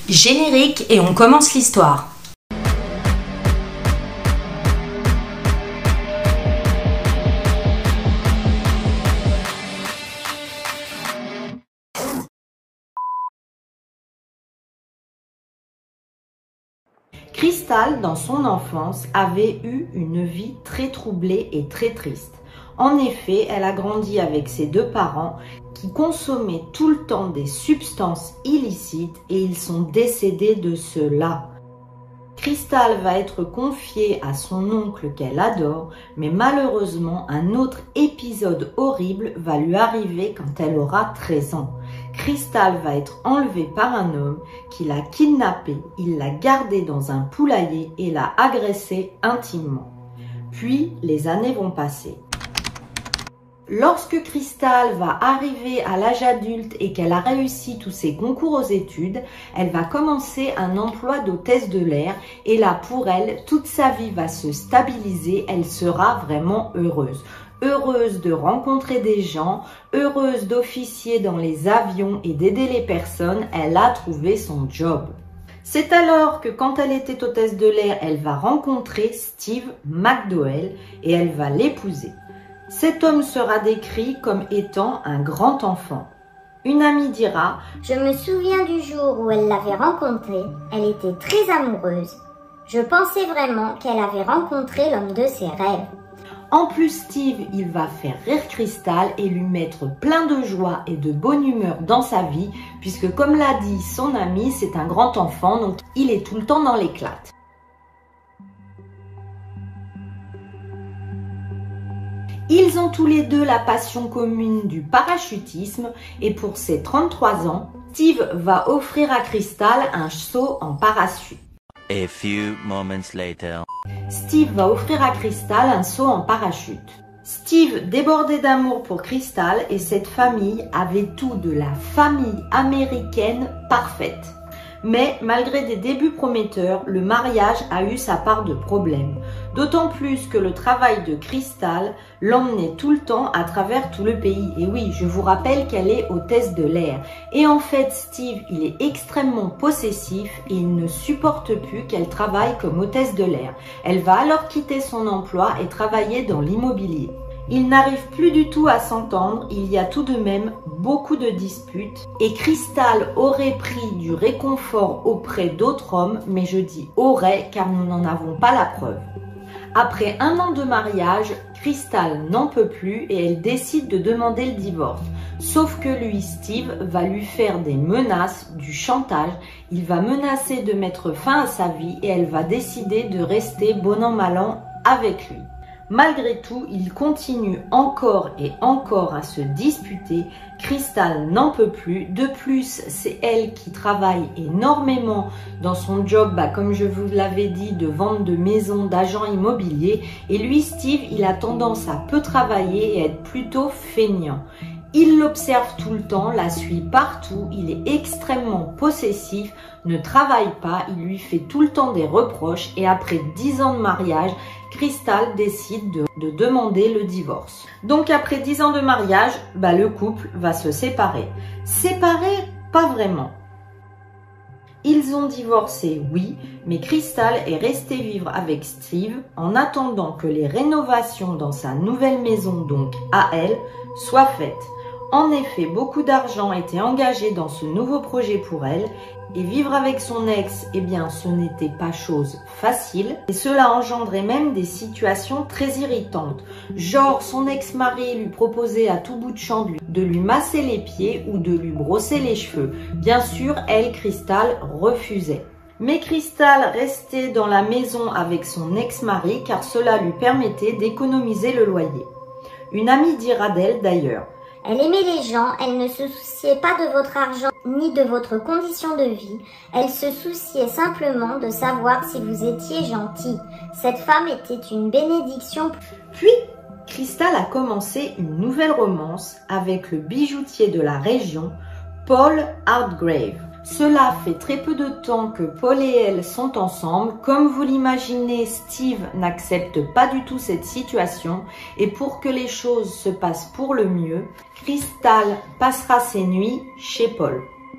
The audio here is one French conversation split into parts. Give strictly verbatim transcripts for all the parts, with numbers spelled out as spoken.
Générique et on commence l'histoire. Crystal, dans son enfance, avait eu une vie très troublée et très triste. En effet, elle a grandi avec ses deux parents qui consommaient tout le temps des substances illicites et ils sont décédés de cela. Crystal va être confiée à son oncle qu'elle adore, mais malheureusement, un autre épisode horrible va lui arriver quand elle aura treize ans. Crystal va être enlevée par un homme qui l'a kidnappée, il l'a gardée dans un poulailler et l'a agressée intimement. Puis, les années vont passer. Lorsque Crystal va arriver à l'âge adulte et qu'elle a réussi tous ses concours aux études, elle va commencer un emploi d'hôtesse de l'air et là pour elle, toute sa vie va se stabiliser, elle sera vraiment heureuse. Heureuse de rencontrer des gens, heureuse d'officier dans les avions et d'aider les personnes, elle a trouvé son job. C'est alors que quand elle était hôtesse de l'air, elle va rencontrer Steve McDowell et elle va l'épouser. Cet homme sera décrit comme étant un grand enfant. Une amie dira « Je me souviens du jour où elle l'avait rencontré, elle était très amoureuse. Je pensais vraiment qu'elle avait rencontré l'homme de ses rêves. » En plus, Steve, il va faire rire Crystal et lui mettre plein de joie et de bonne humeur dans sa vie, puisque comme l'a dit son ami, c'est un grand enfant, donc il est tout le temps dans l'éclate. Ils ont tous les deux la passion commune du parachutisme et pour ses trente-trois ans, Steve va offrir à Crystal un saut en parachute. A few moments later. Steve va offrir à Crystal un saut en parachute. Steve débordait d'amour pour Crystal et cette famille avait tout de la famille américaine parfaite. Mais malgré des débuts prometteurs, le mariage a eu sa part de problèmes. D'autant plus que le travail de Crystal l'emmenait tout le temps à travers tout le pays. Et oui, je vous rappelle qu'elle est hôtesse de l'air. Et en fait, Steve, il est extrêmement possessif et il ne supporte plus qu'elle travaille comme hôtesse de l'air. Elle va alors quitter son emploi et travailler dans l'immobilier. Ils n'arrivent plus du tout à s'entendre, il y a tout de même beaucoup de disputes et Crystal aurait pris du réconfort auprès d'autres hommes, mais je dis aurait car nous n'en avons pas la preuve. Après un an de mariage, Crystal n'en peut plus et elle décide de demander le divorce. Sauf que lui, Steve, va lui faire des menaces, du chantage, il va menacer de mettre fin à sa vie et elle va décider de rester bon an mal an avec lui. Malgré tout, il continue encore et encore à se disputer. Crystal n'en peut plus. De plus, c'est elle qui travaille énormément dans son job, bah, comme je vous l'avais dit, de vente de maisons, d'agent immobilier. Et lui, Steve, il a tendance à peu travailler et être plutôt feignant. Il l'observe tout le temps, la suit partout, il est extrêmement possessif, ne travaille pas, il lui fait tout le temps des reproches et après dix ans de mariage, Crystal décide de, de demander le divorce. Donc après dix ans de mariage, bah, le couple va se séparer. Séparer, pas vraiment. Ils ont divorcé, oui, mais Crystal est restée vivre avec Steve en attendant que les rénovations dans sa nouvelle maison, donc à elle, soient faites. En effet, beaucoup d'argent était engagé dans ce nouveau projet pour elle et vivre avec son ex, eh bien, ce n'était pas chose facile et cela engendrait même des situations très irritantes. Genre, son ex-mari lui proposait à tout bout de champ de lui masser les pieds ou de lui brosser les cheveux. Bien sûr, elle, Crystal, refusait. Mais Crystal restait dans la maison avec son ex-mari car cela lui permettait d'économiser le loyer. Une amie dira d'elle d'ailleurs: Elle aimait les gens, elle ne se souciait pas de votre argent ni de votre condition de vie. Elle se souciait simplement de savoir si vous étiez gentil. Cette femme était une bénédiction. Puis, Crystal a commencé une nouvelle romance avec le bijoutier de la région, Paul Hardgrave. Cela fait très peu de temps que Paul et elle sont ensemble. Comme vous l'imaginez, Steve n'accepte pas du tout cette situation et pour que les choses se passent pour le mieux, Crystal passera ses nuits chez Paul.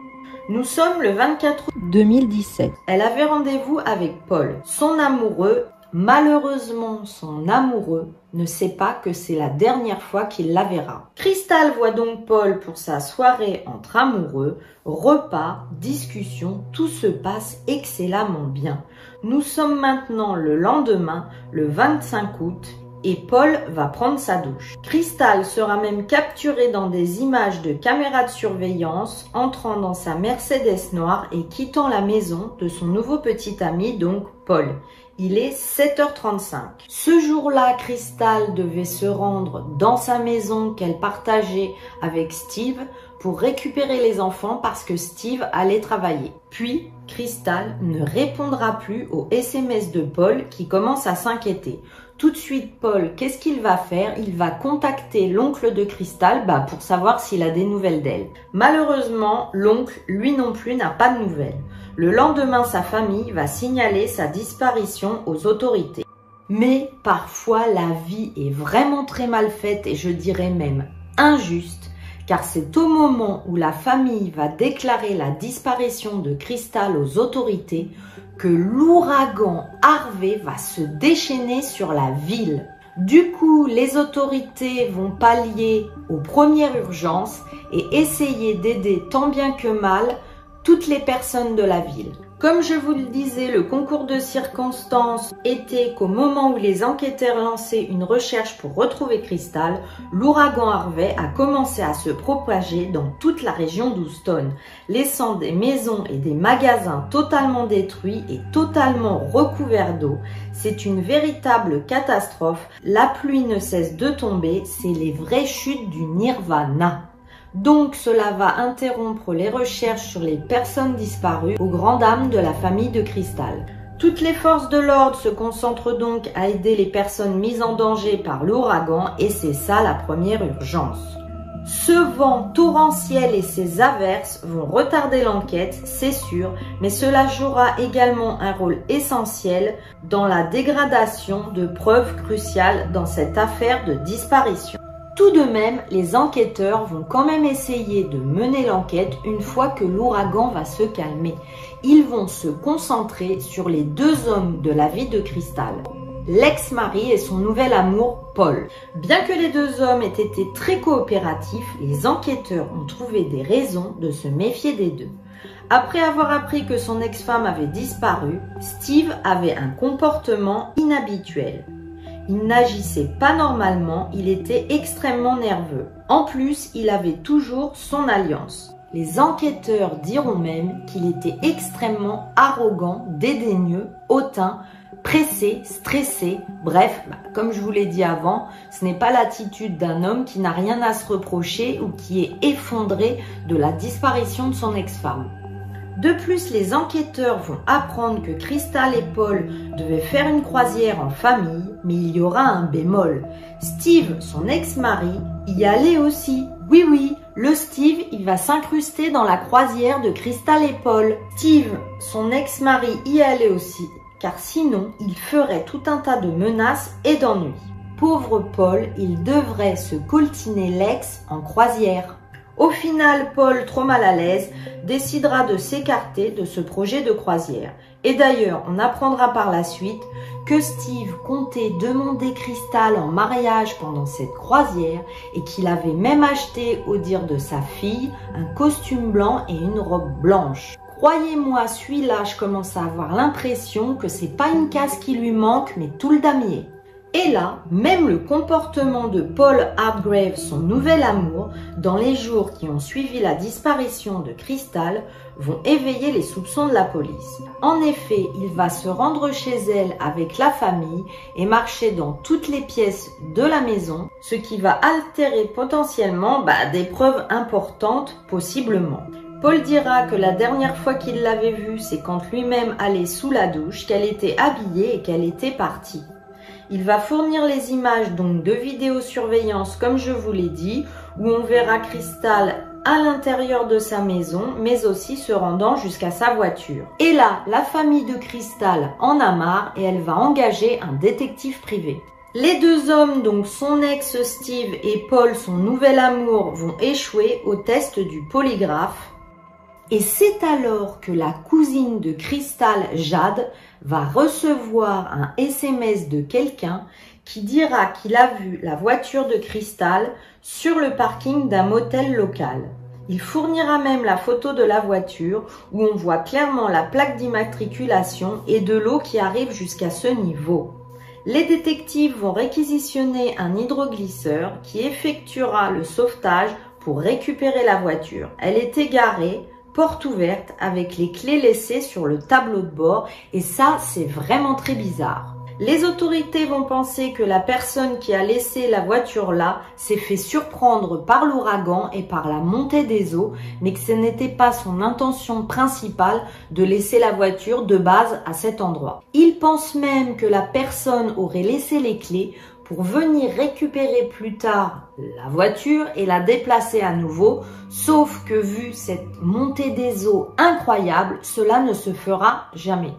Nous sommes le vingt-quatre août deux mille dix-sept. Elle avait rendez-vous avec Paul, son amoureux. Malheureusement, son amoureux ne sait pas que c'est la dernière fois qu'il la verra. Crystal voit donc Paul pour sa soirée entre amoureux, repas, discussion, tout se passe excellemment bien. Nous sommes maintenant le lendemain, le vingt-cinq août, et Paul va prendre sa douche. Crystal sera même capturée dans des images de caméras de surveillance, entrant dans sa Mercedes noire et quittant la maison de son nouveau petit ami, donc Paul. Il est sept heures trente-cinq. Ce jour-là, Crystal devait se rendre dans sa maison qu'elle partageait avec Steve pour récupérer les enfants parce que Steve allait travailler. Puis, Crystal ne répondra plus aux S M S de Paul qui commence à s'inquiéter. Tout de suite, Paul, qu'est-ce qu'il va faire? Il va contacter l'oncle de Crystal bah, pour savoir s'il a des nouvelles d'elle. Malheureusement, l'oncle, lui non plus, n'a pas de nouvelles. Le lendemain, sa famille va signaler sa disparition aux autorités. Mais parfois, la vie est vraiment très mal faite et je dirais même injuste, car c'est au moment où la famille va déclarer la disparition de Crystal aux autorités que l'ouragan Harvey va se déchaîner sur la ville. Du coup, les autorités vont pallier aux premières urgences et essayer d'aider tant bien que mal toutes les personnes de la ville. Comme je vous le disais, le concours de circonstances était qu'au moment où les enquêteurs lançaient une recherche pour retrouver Crystal, l'ouragan Harvey a commencé à se propager dans toute la région d'Houston, laissant des maisons et des magasins totalement détruits et totalement recouverts d'eau. C'est une véritable catastrophe. La pluie ne cesse de tomber, c'est les vraies chutes du Nirvana. Donc cela va interrompre les recherches sur les personnes disparues aux grandes dames de la famille de Crystal. Toutes les forces de l'ordre se concentrent donc à aider les personnes mises en danger par l'ouragan et c'est ça la première urgence. Ce vent torrentiel et ces averses vont retarder l'enquête, c'est sûr, mais cela jouera également un rôle essentiel dans la dégradation de preuves cruciales dans cette affaire de disparition. Tout de même, les enquêteurs vont quand même essayer de mener l'enquête une fois que l'ouragan va se calmer. Ils vont se concentrer sur les deux hommes de la vie de Crystal, l'ex-mari et son nouvel amour, Paul. Bien que les deux hommes aient été très coopératifs, les enquêteurs ont trouvé des raisons de se méfier des deux. Après avoir appris que son ex-femme avait disparu, Steve avait un comportement inhabituel. Il n'agissait pas normalement, il était extrêmement nerveux. En plus, il avait toujours son alliance. Les enquêteurs diront même qu'il était extrêmement arrogant, dédaigneux, hautain, pressé, stressé. Bref, bah, comme je vous l'ai dit avant, ce n'est pas l'attitude d'un homme qui n'a rien à se reprocher ou qui est effondré de la disparition de son ex-femme. De plus, les enquêteurs vont apprendre que Crystal et Paul devaient faire une croisière en famille, mais il y aura un bémol. Steve, son ex-mari, y allait aussi. Oui, oui, le Steve, il va s'incruster dans la croisière de Crystal et Paul. Steve, son ex-mari, y allait aussi, car sinon, il ferait tout un tas de menaces et d'ennuis. Pauvre Paul, il devrait se coltiner l'ex en croisière. Au final, Paul, trop mal à l'aise, décidera de s'écarter de ce projet de croisière. Et d'ailleurs, on apprendra par la suite que Steve comptait demander Crystal en mariage pendant cette croisière et qu'il avait même acheté, au dire de sa fille, un costume blanc et une robe blanche. Croyez-moi, celui-là, je commence à avoir l'impression que c'est pas une case qui lui manque, mais tout le damier. Et là, même le comportement de Paul Hargrave, son nouvel amour, dans les jours qui ont suivi la disparition de Crystal, vont éveiller les soupçons de la police. En effet, il va se rendre chez elle avec la famille et marcher dans toutes les pièces de la maison, ce qui va altérer potentiellement bah, des preuves importantes, possiblement. Paul dira que la dernière fois qu'il l'avait vue, c'est quand lui-même allait sous la douche, qu'elle était habillée et qu'elle était partie. Il va fournir les images donc de vidéosurveillance comme je vous l'ai dit, où on verra Crystal à l'intérieur de sa maison, mais aussi se rendant jusqu'à sa voiture. Et là, la famille de Crystal en a marre et elle va engager un détective privé. Les deux hommes, donc son ex Steve et Paul, son nouvel amour, vont échouer au test du polygraphe. Et c'est alors que la cousine de Crystal, Jade, va recevoir un S M S de quelqu'un qui dira qu'il a vu la voiture de Crystal sur le parking d'un motel local. Il fournira même la photo de la voiture où on voit clairement la plaque d'immatriculation et de l'eau qui arrive jusqu'à ce niveau. Les détectives vont réquisitionner un hydroglisseur qui effectuera le sauvetage pour récupérer la voiture. Elle est égarée, porte ouverte, avec les clés laissées sur le tableau de bord et ça, c'est vraiment très bizarre. Les autorités vont penser que la personne qui a laissé la voiture là s'est fait surprendre par l'ouragan et par la montée des eaux, mais que ce n'était pas son intention principale de laisser la voiture de base à cet endroit. Ils pensent même que la personne aurait laissé les clés pour venir récupérer plus tard la voiture et la déplacer à nouveau, sauf que vu cette montée des eaux incroyable, cela ne se fera jamais.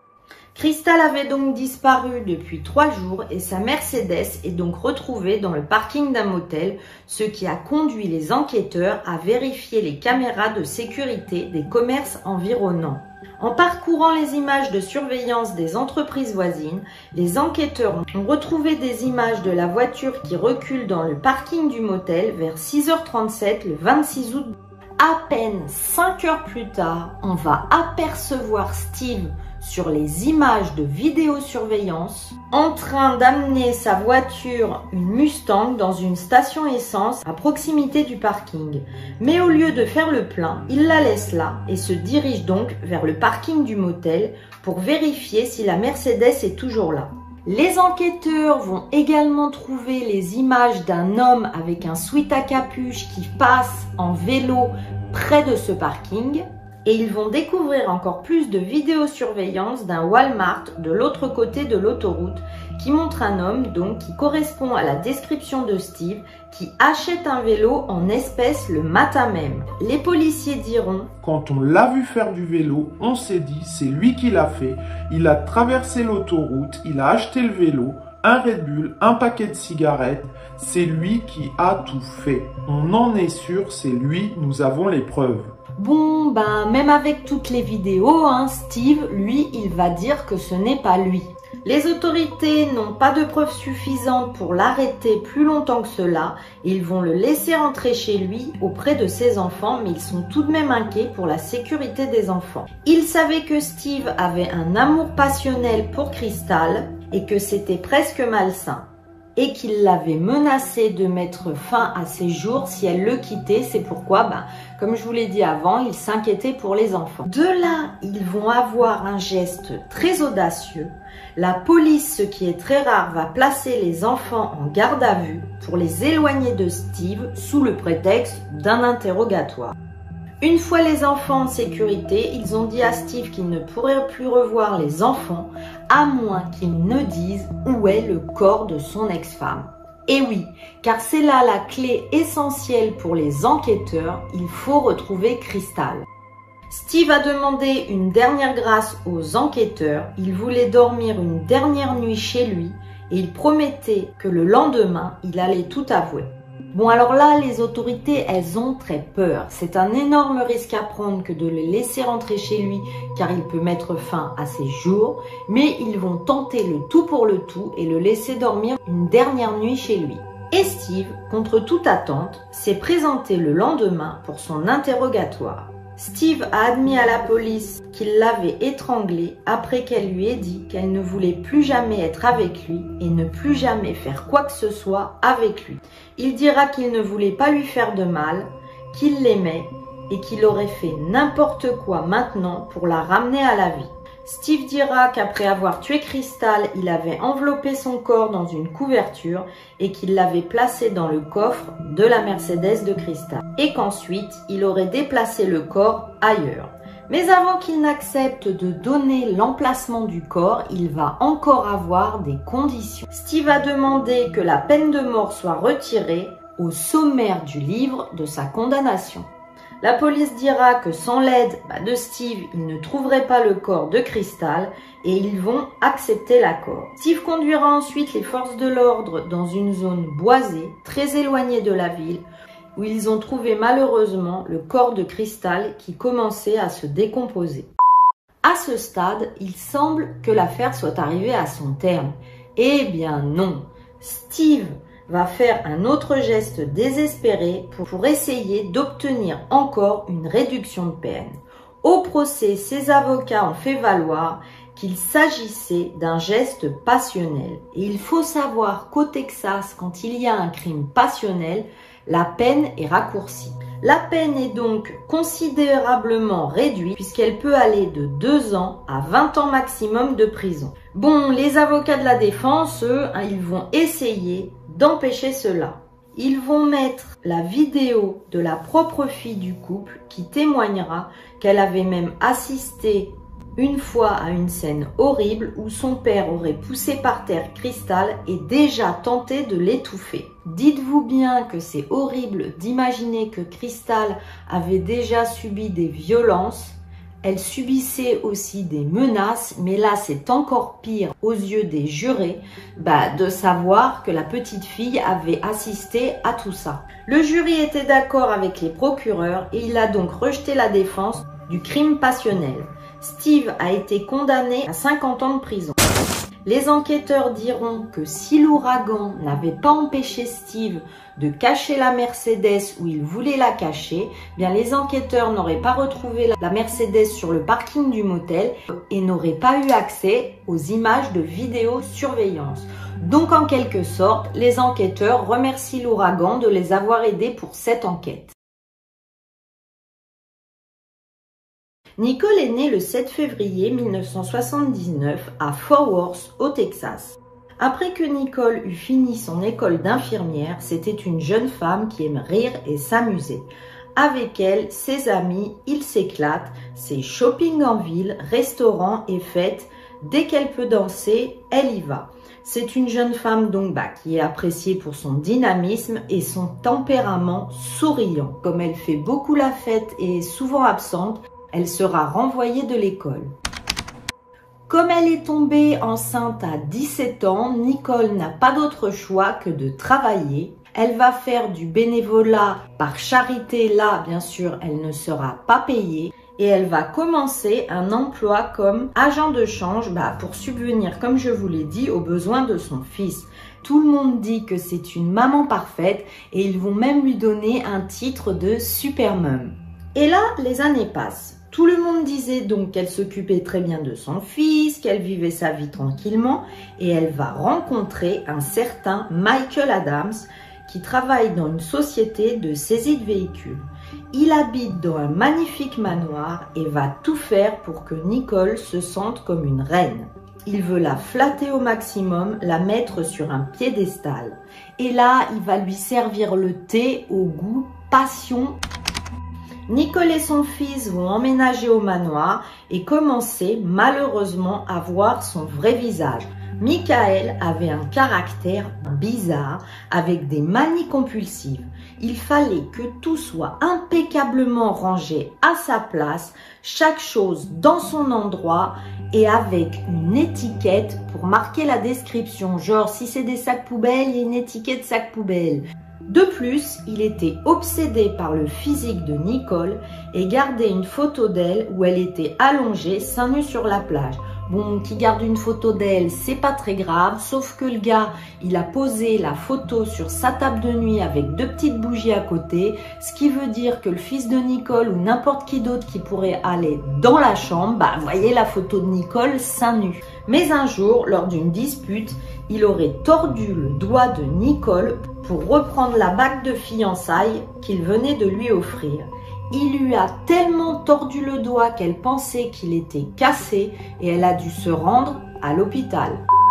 Crystal avait donc disparu depuis trois jours et sa Mercedes est donc retrouvée dans le parking d'un motel, ce qui a conduit les enquêteurs à vérifier les caméras de sécurité des commerces environnants. En parcourant les images de surveillance des entreprises voisines, les enquêteurs ont retrouvé des images de la voiture qui recule dans le parking du motel vers six heures trente-sept le vingt-six août. À peine cinq heures plus tard, on va apercevoir Steve sur les images de vidéosurveillance en train d'amener sa voiture, une Mustang, dans une station essence à proximité du parking. Mais au lieu de faire le plein, il la laisse là et se dirige donc vers le parking du motel pour vérifier si la Mercedes est toujours là. Les enquêteurs vont également trouver les images d'un homme avec un sweat à capuche qui passe en vélo près de ce parking. Et ils vont découvrir encore plus de vidéosurveillance d'un Walmart de l'autre côté de l'autoroute qui montre un homme donc qui correspond à la description de Steve qui achète un vélo en espèces le matin même. Les policiers diront: quand on l'a vu faire du vélo, on s'est dit c'est lui qui l'a fait, il a traversé l'autoroute, il a acheté le vélo, un Red Bull, un paquet de cigarettes, c'est lui qui a tout fait. On en est sûr, c'est lui, nous avons les preuves. Bon, ben même avec toutes les vidéos, hein, Steve, lui, il va dire que ce n'est pas lui. Les autorités n'ont pas de preuves suffisantes pour l'arrêter plus longtemps que cela. Ils vont le laisser rentrer chez lui auprès de ses enfants, mais ils sont tout de même inquiets pour la sécurité des enfants. Ils savaient que Steve avait un amour passionnel pour Crystal et que c'était presque malsain. Et qu'il l'avait menacé de mettre fin à ses jours si elle le quittait. C'est pourquoi, ben, comme je vous l'ai dit avant, il s'inquiétait pour les enfants. De là, ils vont avoir un geste très audacieux. La police, ce qui est très rare, va placer les enfants en garde à vue pour les éloigner de Steve sous le prétexte d'un interrogatoire. Une fois les enfants en sécurité, ils ont dit à Steve qu'il ne pourrait plus revoir les enfants à moins qu'ils ne disent où est le corps de son ex-femme. Et oui, car c'est là la clé essentielle pour les enquêteurs, il faut retrouver Crystal. Steve a demandé une dernière grâce aux enquêteurs, il voulait dormir une dernière nuit chez lui et il promettait que le lendemain, il allait tout avouer. Bon alors là, les autorités, elles ont très peur. C'est un énorme risque à prendre que de le laisser rentrer chez lui car il peut mettre fin à ses jours. Mais ils vont tenter le tout pour le tout et le laisser dormir une dernière nuit chez lui. Et Steve, contre toute attente, s'est présenté le lendemain pour son interrogatoire. Steve a admis à la police qu'il l'avait étranglée après qu'elle lui ait dit qu'elle ne voulait plus jamais être avec lui et ne plus jamais faire quoi que ce soit avec lui. Il dira qu'il ne voulait pas lui faire de mal, qu'il l'aimait et qu'il aurait fait n'importe quoi maintenant pour la ramener à la vie. Steve dira qu'après avoir tué Crystal, il avait enveloppé son corps dans une couverture et qu'il l'avait placé dans le coffre de la Mercedes de Crystal. Et qu'ensuite, il aurait déplacé le corps ailleurs. Mais avant qu'il n'accepte de donner l'emplacement du corps, il va encore avoir des conditions. Steve a demandé que la peine de mort soit retirée au sommaire du livre de sa condamnation. La police dira que sans l'aide bah, de Steve, ils ne trouveraient pas le corps de Crystal et ils vont accepter l'accord. Steve conduira ensuite les forces de l'ordre dans une zone boisée, très éloignée de la ville. où ils ont trouvé malheureusement le corps de Crystal qui commençait à se décomposer. À ce stade, il semble que l'affaire soit arrivée à son terme. Eh bien non, Steve va faire un autre geste désespéré pour, pour essayer d'obtenir encore une réduction de peine. Au procès, ses avocats ont fait valoir qu'il s'agissait d'un geste passionnel. Et il faut savoir qu'au Texas, quand il y a un crime passionnel, la peine est raccourcie. La peine est donc considérablement réduite puisqu'elle peut aller de deux ans à vingt ans maximum de prison. Bon, les avocats de la défense, eux, hein, ils vont essayer d'empêcher cela. Ils vont mettre la vidéo de la propre fille du couple qui témoignera qu'elle avait même assisté une fois à une scène horrible où son père aurait poussé par terre Crystal et déjà tenté de l'étouffer. Dites-vous bien que c'est horrible d'imaginer que Crystal avait déjà subi des violences. Elle subissait aussi des menaces, mais là c'est encore pire aux yeux des jurés bah, de savoir que la petite fille avait assisté à tout ça. Le jury était d'accord avec les procureurs et il a donc rejeté la défense du crime passionnel. Steve a été condamné à cinquante ans de prison. Les enquêteurs diront que si l'ouragan n'avait pas empêché Steve de cacher la Mercedes où il voulait la cacher, bien les enquêteurs n'auraient pas retrouvé la Mercedes sur le parking du motel et n'auraient pas eu accès aux images de vidéosurveillance. Donc en quelque sorte, les enquêteurs remercient l'ouragan de les avoir aidés pour cette enquête. Nicole est née le sept février mille neuf cent soixante-dix-neuf à Fort Worth, au Texas. Après que Nicole eut fini son école d'infirmière, c'était une jeune femme qui aime rire et s'amuser. Avec elle, ses amis, ils s'éclatent, c'est shopping en ville, restaurants et fêtes. Dès qu'elle peut danser, elle y va. C'est une jeune femme donc bah, qui est appréciée pour son dynamisme et son tempérament souriant. Comme elle fait beaucoup la fête et est souvent absente, elle sera renvoyée de l'école. Comme elle est tombée enceinte à dix-sept ans, Nicole n'a pas d'autre choix que de travailler. Elle va faire du bénévolat par charité. Là, bien sûr, elle ne sera pas payée. Et elle va commencer un emploi comme agent de change bah, pour subvenir, comme je vous l'ai dit, aux besoins de son fils. Tout le monde dit que c'est une maman parfaite et ils vont même lui donner un titre de super mum. Et là, les années passent. Tout le monde disait donc qu'elle s'occupait très bien de son fils, qu'elle vivait sa vie tranquillement et elle va rencontrer un certain Michael Adams qui travaille dans une société de saisie de véhicules. Il habite dans un magnifique manoir et va tout faire pour que Nicole se sente comme une reine. Il veut la flatter au maximum, la mettre sur un piédestal. Et là, il va lui servir le thé au goût passion. Nicole et son fils vont emménager au manoir et commencer malheureusement à voir son vrai visage. Michael avait un caractère bizarre avec des manies compulsives. Il fallait que tout soit impeccablement rangé à sa place, chaque chose dans son endroit et avec une étiquette pour marquer la description. Genre si c'est des sacs poubelles, il y a une étiquette sac poubelle. De plus, il était obsédé par le physique de Nicole et gardait une photo d'elle où elle était allongée, seins nus sur la plage. Bon, qui garde une photo d'elle, c'est pas très grave, sauf que le gars, il a posé la photo sur sa table de nuit avec deux petites bougies à côté, ce qui veut dire que le fils de Nicole ou n'importe qui d'autre qui pourrait aller dans la chambre, bah, voyez la photo de Nicole seins nus. Mais un jour, lors d'une dispute, il aurait tordu le doigt de Nicole pour reprendre la bague de fiançailles qu'il venait de lui offrir. Il lui a tellement tordu le doigt qu'elle pensait qu'il était cassé et elle a dû se rendre à l'hôpital.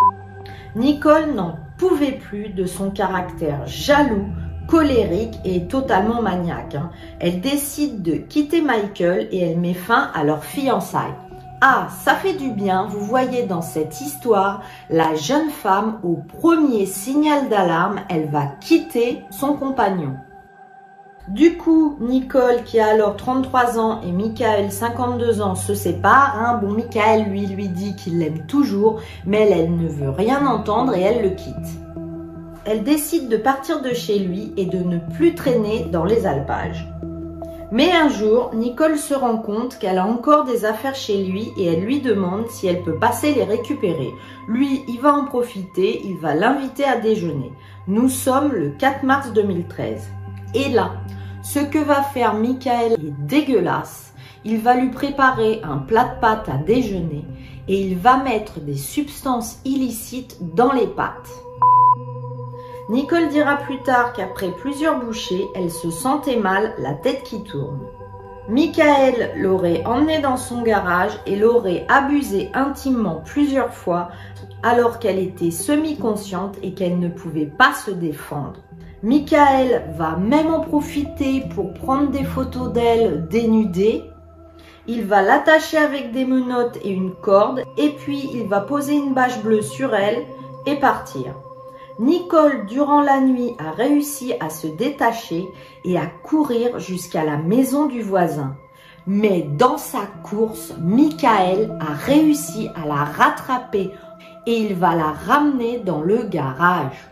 Nicole n'en pouvait plus de son caractère jaloux, colérique et totalement maniaque. Elle décide de quitter Michael et elle met fin à leur fiançailles. Ah, ça fait du bien, vous voyez dans cette histoire, la jeune femme, au premier signal d'alarme, elle va quitter son compagnon. Du coup, Nicole, qui a alors trente-trois ans, et Michael, cinquante-deux ans, se séparent. Hein. Bon, Michael, lui, lui dit qu'il l'aime toujours, mais elle, elle ne veut rien entendre et elle le quitte. elle décide de partir de chez lui et de ne plus traîner dans les alpages. Mais un jour, Nicole se rend compte qu'elle a encore des affaires chez lui et elle lui demande si elle peut passer les récupérer. Lui, il va en profiter, il va l'inviter à déjeuner. Nous sommes le quatre mars deux mille treize. Et là, ce que va faire Michael est dégueulasse. Il va lui préparer un plat de pâtes à déjeuner et il va mettre des substances illicites dans les pâtes. Nicole dira plus tard qu'après plusieurs bouchées, elle se sentait mal, la tête qui tourne. Michael l'aurait emmenée dans son garage et l'aurait abusée intimement plusieurs fois alors qu'elle était semi-consciente et qu'elle ne pouvait pas se défendre. Michael va même en profiter pour prendre des photos d'elle dénudée. Il va l'attacher avec des menottes et une corde et puis il va poser une bâche bleue sur elle et partir. Nicole, durant la nuit, a réussi à se détacher et à courir jusqu'à la maison du voisin. Mais dans sa course, Michael a réussi à la rattraper et il va la ramener dans le garage.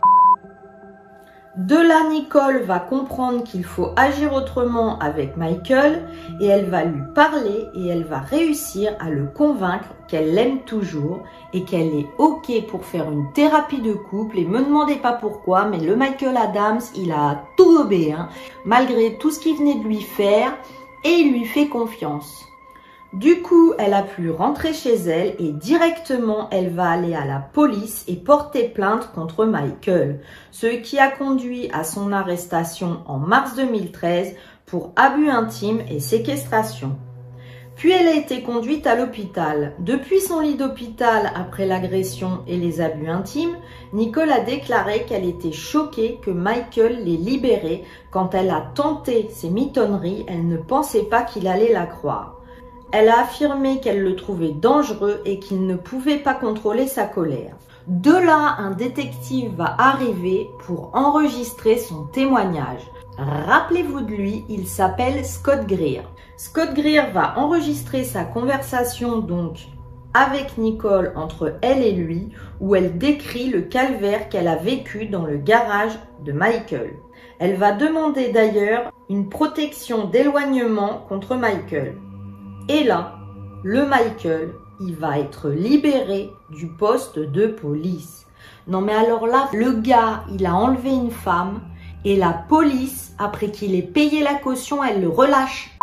De là, Nicole va comprendre qu'il faut agir autrement avec Michael et elle va lui parler et elle va réussir à le convaincre qu'elle l'aime toujours et qu'elle est ok pour faire une thérapie de couple. Et me demandez pas pourquoi, mais le Michael Adams, il a tout obéi, hein, malgré tout ce qu'il venait de lui faire, et il lui fait confiance. Du coup, elle a pu rentrer chez elle et directement, elle va aller à la police et porter plainte contre Michael, ce qui a conduit à son arrestation en mars deux mille treize pour abus intime et séquestration. Puis elle a été conduite à l'hôpital. Depuis son lit d'hôpital après l'agression et les abus intimes, Nicole a déclaré qu'elle était choquée que Michael l'ait libérée. Quand elle a tenté ses mitonneries, elle ne pensait pas qu'il allait la croire. Elle a affirmé qu'elle le trouvait dangereux et qu'il ne pouvait pas contrôler sa colère. De là, un détective va arriver pour enregistrer son témoignage. Rappelez-vous de lui, il s'appelle Scott Greer. Scott Greer va enregistrer sa conversation donc avec Nicole entre elle et lui, où elle décrit le calvaire qu'elle a vécu dans le garage de Michael. Elle va demander d'ailleurs une protection d'éloignement contre Michael. Et là, le Michael, il va être libéré du poste de police. Non mais alors là, le gars, il a enlevé une femme et la police, après qu'il ait payé la caution, elle le relâche.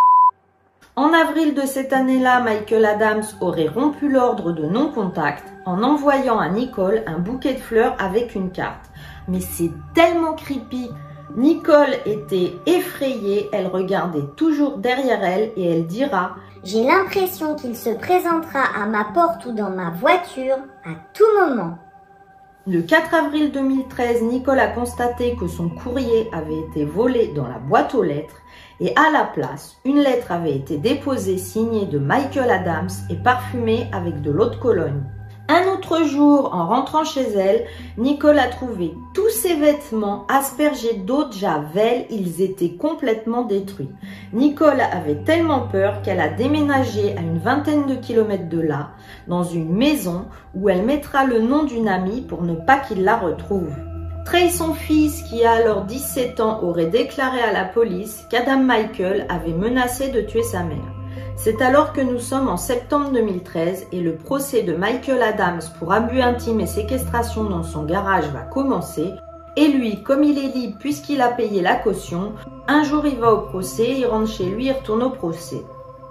En avril de cette année-là, Michael Adams aurait rompu l'ordre de non-contact en envoyant à Nicole un bouquet de fleurs avec une carte. Mais c'est tellement creepy. Nicole était effrayée, elle regardait toujours derrière elle et elle dira « J'ai l'impression qu'il se présentera à ma porte ou dans ma voiture à tout moment. » Le quatre avril deux mille treize, Nicole a constaté que son courrier avait été volé dans la boîte aux lettres et à la place, une lettre avait été déposée signée de Michael Adams et parfumée avec de l'eau de Cologne. Un autre jour, en rentrant chez elle, Nicole a trouvé tous ses vêtements aspergés d'eau de javel, ils étaient complètement détruits. Nicole avait tellement peur qu'elle a déménagé à une vingtaine de kilomètres de là, dans une maison où elle mettra le nom d'une amie pour ne pas qu'il la retrouve. Trey, son fils, qui a alors dix-sept ans, aurait déclaré à la police qu'Adam Michael avait menacé de tuer sa mère. C'est alors que nous sommes en septembre deux mille treize et le procès de Michael Adams pour abus intimes et séquestration dans son garage va commencer. Et lui, comme il est libre puisqu'il a payé la caution, un jour il va au procès, il rentre chez lui, il retourne au procès.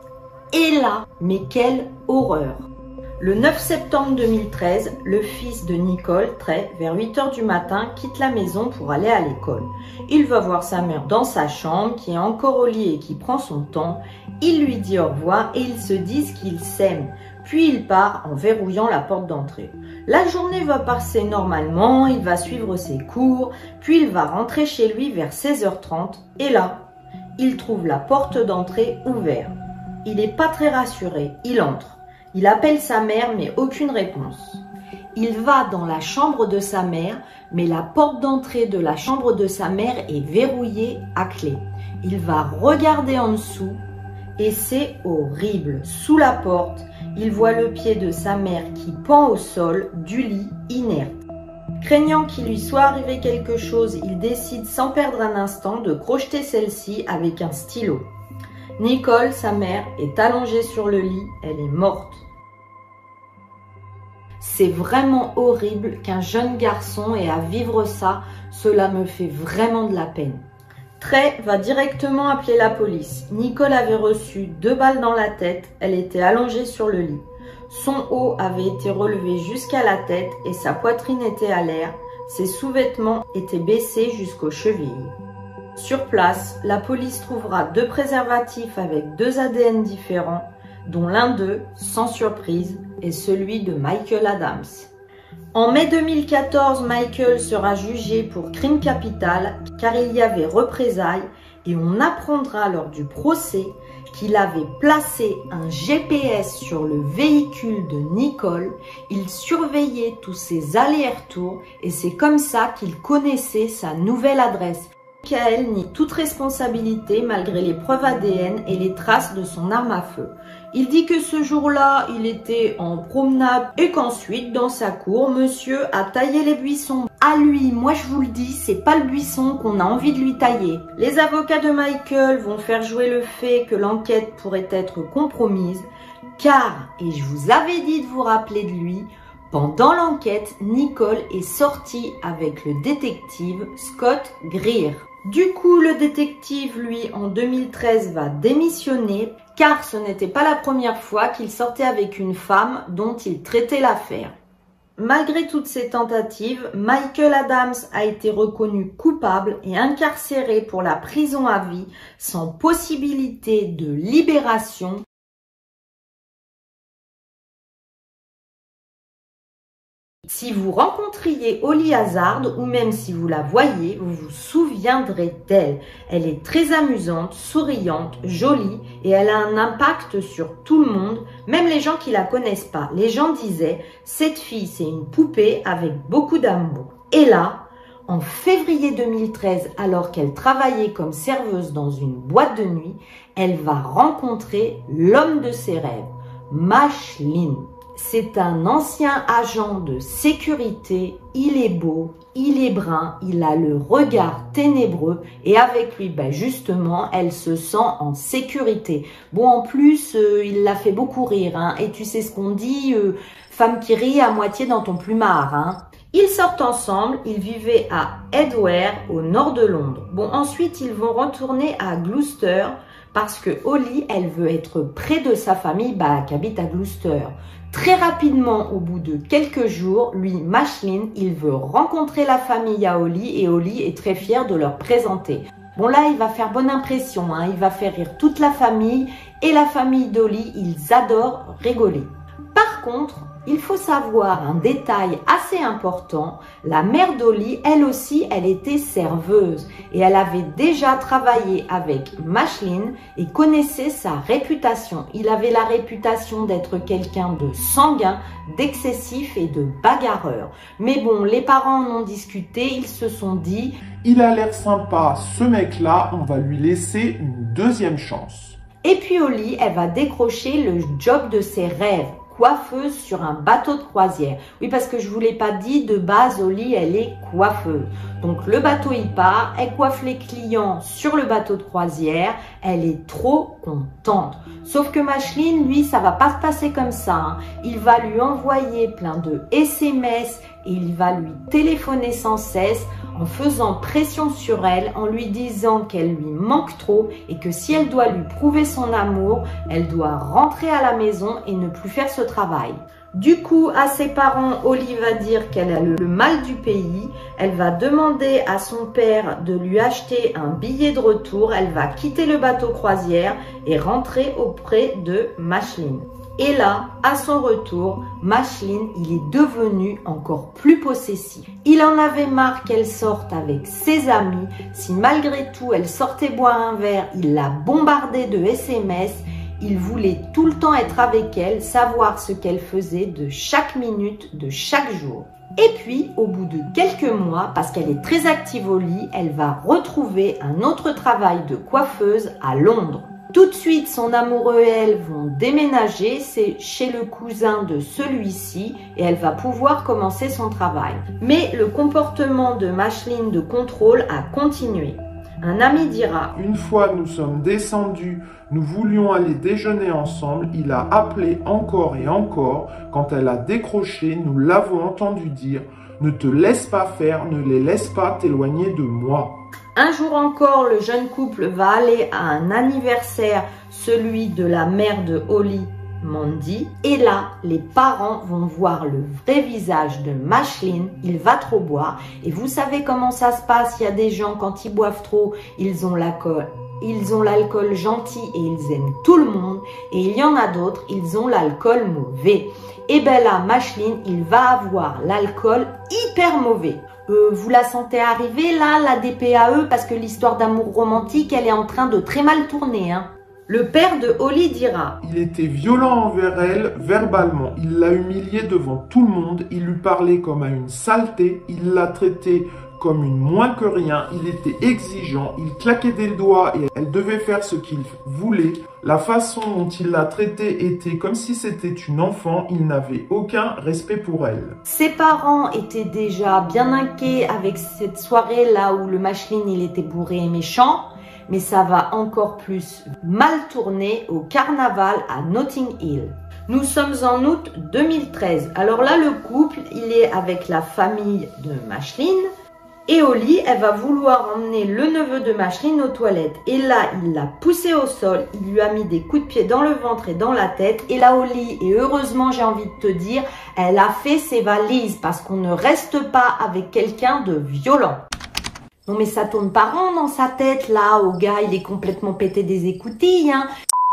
Et là, mais quelle horreur! Le neuf septembre deux mille treize, le fils de Nicole, Trey, vers huit heures du matin, quitte la maison pour aller à l'école. Il va voir sa mère dans sa chambre, qui est encore au lit et qui prend son temps. Il lui dit au revoir et ils se disent qu'ils s'aiment. Puis il part en verrouillant la porte d'entrée. La journée va passer normalement, il va suivre ses cours, puis il va rentrer chez lui vers seize heures trente. Et là, il trouve la porte d'entrée ouverte. Il n'est pas très rassuré, il entre. Il appelle sa mère, mais aucune réponse. Il va dans la chambre de sa mère, mais la porte d'entrée de la chambre de sa mère est verrouillée à clé. Il va regarder en dessous et c'est horrible. Sous la porte, il voit le pied de sa mère qui pend au sol du lit inerte. Craignant qu'il lui soit arrivé quelque chose, il décide sans perdre un instant de crocheter celle-ci avec un stylo. Nicole, sa mère, est allongée sur le lit, elle est morte. C'est vraiment horrible qu'un jeune garçon ait à vivre ça, cela me fait vraiment de la peine. Trey va directement appeler la police. Nicole avait reçu deux balles dans la tête, elle était allongée sur le lit. Son haut avait été relevé jusqu'à la tête et sa poitrine était à l'air. Ses sous-vêtements étaient baissés jusqu'aux chevilles. Sur place, la police trouvera deux préservatifs avec deux A D N différents, dont l'un d'eux, sans surprise, est celui de Michael Adams. En mai deux mille quatorze, Michael sera jugé pour crime capital car il y avait représailles et on apprendra lors du procès qu'il avait placé un G P S sur le véhicule de Nicole. Il surveillait tous ses allers-retours et c'est comme ça qu'il connaissait sa nouvelle adresse. Michael nie toute responsabilité malgré les preuves A D N et les traces de son arme à feu. Il dit que ce jour-là, il était en promenade et qu'ensuite, dans sa cour, monsieur a taillé les buissons. À lui, moi je vous le dis, c'est pas le buisson qu'on a envie de lui tailler. Les avocats de Michael vont faire jouer le fait que l'enquête pourrait être compromise, car, et je vous avais dit de vous rappeler de lui, pendant l'enquête, Nicole est sortie avec le détective Scott Greer. Du coup, le détective, lui, en deux mille treize, va démissionner car ce n'était pas la première fois qu'il sortait avec une femme dont il traitait l'affaire. Malgré toutes ces tentatives, Michael Adams a été reconnu coupable et incarcéré pour la prison à vie sans possibilité de libération. Si vous rencontriez Holly Hazard ou même si vous la voyez, vous vous souviendrez d'elle. Elle est très amusante, souriante, jolie et elle a un impact sur tout le monde, même les gens qui la connaissent pas. Les gens disaient « cette fille c'est une poupée avec beaucoup d'amour ». Et là, en février deux mille treize, alors qu'elle travaillait comme serveuse dans une boîte de nuit, elle va rencontrer l'homme de ses rêves, Mashlin. C'est un ancien agent de sécurité, il est beau, il est brun, il a le regard ténébreux et avec lui, ben justement, elle se sent en sécurité. Bon, en plus, euh, il l'a fait beaucoup rire, hein, et tu sais ce qu'on dit, euh, femme qui rit à moitié dans ton plumard, hein. Ils sortent ensemble, ils vivaient à Edgware, au nord de Londres. Bon, ensuite, ils vont retourner à Gloucester parce que Holly, elle veut être près de sa famille bah, qui habite à Gloucester. Très rapidement, au bout de quelques jours, lui, Mashlin, il veut rencontrer la famille à Holly et Holly est très fière de leur présenter. Bon là, il va faire bonne impression, hein, il va faire rire toute la famille et la famille d'Holly, ils adorent rigoler. Par contre, il faut savoir un détail assez important, la mère d'Holly, elle aussi, elle était serveuse et elle avait déjà travaillé avec Mashlin et connaissait sa réputation. Il avait la réputation d'être quelqu'un de sanguin, d'excessif et de bagarreur. Mais bon, les parents en ont discuté, ils se sont dit « Il a l'air sympa, ce mec-là, on va lui laisser une deuxième chance. » Et puis Holly, elle va décrocher le job de ses rêves. Coiffeuse sur un bateau de croisière. Oui, parce que je vous l'ai pas dit, de base, Holly, elle est coiffeuse. Donc, le bateau, il part, elle coiffe les clients sur le bateau de croisière. Elle est trop contente. Sauf que Mashlin, lui, ça va pas se passer comme ça, hein. Il va lui envoyer plein de S M S et il va lui téléphoner sans cesse en faisant pression sur elle, en lui disant qu'elle lui manque trop et que si elle doit lui prouver son amour, elle doit rentrer à la maison et ne plus faire ce travail. Du coup, à ses parents, Holly va dire qu'elle a le mal du pays. Elle va demander à son père de lui acheter un billet de retour. Elle va quitter le bateau croisière et rentrer auprès de Mashlin. Et là, à son retour, Mashlin, il est devenu encore plus possessif. Il en avait marre qu'elle sorte avec ses amis. Si malgré tout, elle sortait boire un verre, il la bombardait de S M S. Il voulait tout le temps être avec elle, savoir ce qu'elle faisait de chaque minute, de chaque jour. Et puis, au bout de quelques mois, parce qu'elle est très active au lit, elle va retrouver un autre travail de coiffeuse à Londres. tout de suite, son amoureux et elle vont déménager, c'est chez le cousin de celui-ci et elle va pouvoir commencer son travail. Mais le comportement de Mashlyn de contrôle a continué. Un ami dira « Une fois nous sommes descendus, nous voulions aller déjeuner ensemble, il a appelé encore et encore. Quand elle a décroché, nous l'avons entendu dire « Ne te laisse pas faire, ne les laisse pas t'éloigner de moi. » Un jour encore, le jeune couple va aller à un anniversaire, celui de la mère de Holly, Mandy. Et là, les parents vont voir le vrai visage de Mashlyn. Il va trop boire. Et vous savez comment ça se passe. Il y a des gens, quand ils boivent trop, ils ont l'alcool. Ils ont l'alcool gentil et ils aiment tout le monde. Et il y en a d'autres, ils ont l'alcool mauvais. Et bien là, Mashlyn, il va avoir l'alcool hyper mauvais. Euh, vous la sentez arriver là, la D P A E, parce que l'histoire d'amour romantique, elle est en train de très mal tourner, hein. Le père de Holly dira « Il était violent envers elle verbalement. Il l'a humiliée devant tout le monde. Il lui parlait comme à une saleté. Il l'a traitée comme une moins que rien. Il était exigeant. Il claquait des doigts et elle devait faire ce qu'il voulait. La façon dont il l'a traitée était comme si c'était une enfant. Il n'avait aucun respect pour elle. » Ses parents étaient déjà bien inquiets avec cette soirée là où le Mashlyn il était bourré et méchant. Mais ça va encore plus mal tourner au carnaval à Notting Hill. Nous sommes en août deux mille treize. Alors là, le couple, il est avec la famille de Mashlyn. Et Holly, elle va vouloir emmener le neveu de Mashlyn aux toilettes. Et là, il l'a poussé au sol. Il lui a mis des coups de pied dans le ventre et dans la tête. Et là, Holly, et heureusement, j'ai envie de te dire, elle a fait ses valises parce qu'on ne reste pas avec quelqu'un de violent. Non mais ça tourne pas rond dans sa tête là, au gars il est complètement pété des écoutilles. Hein.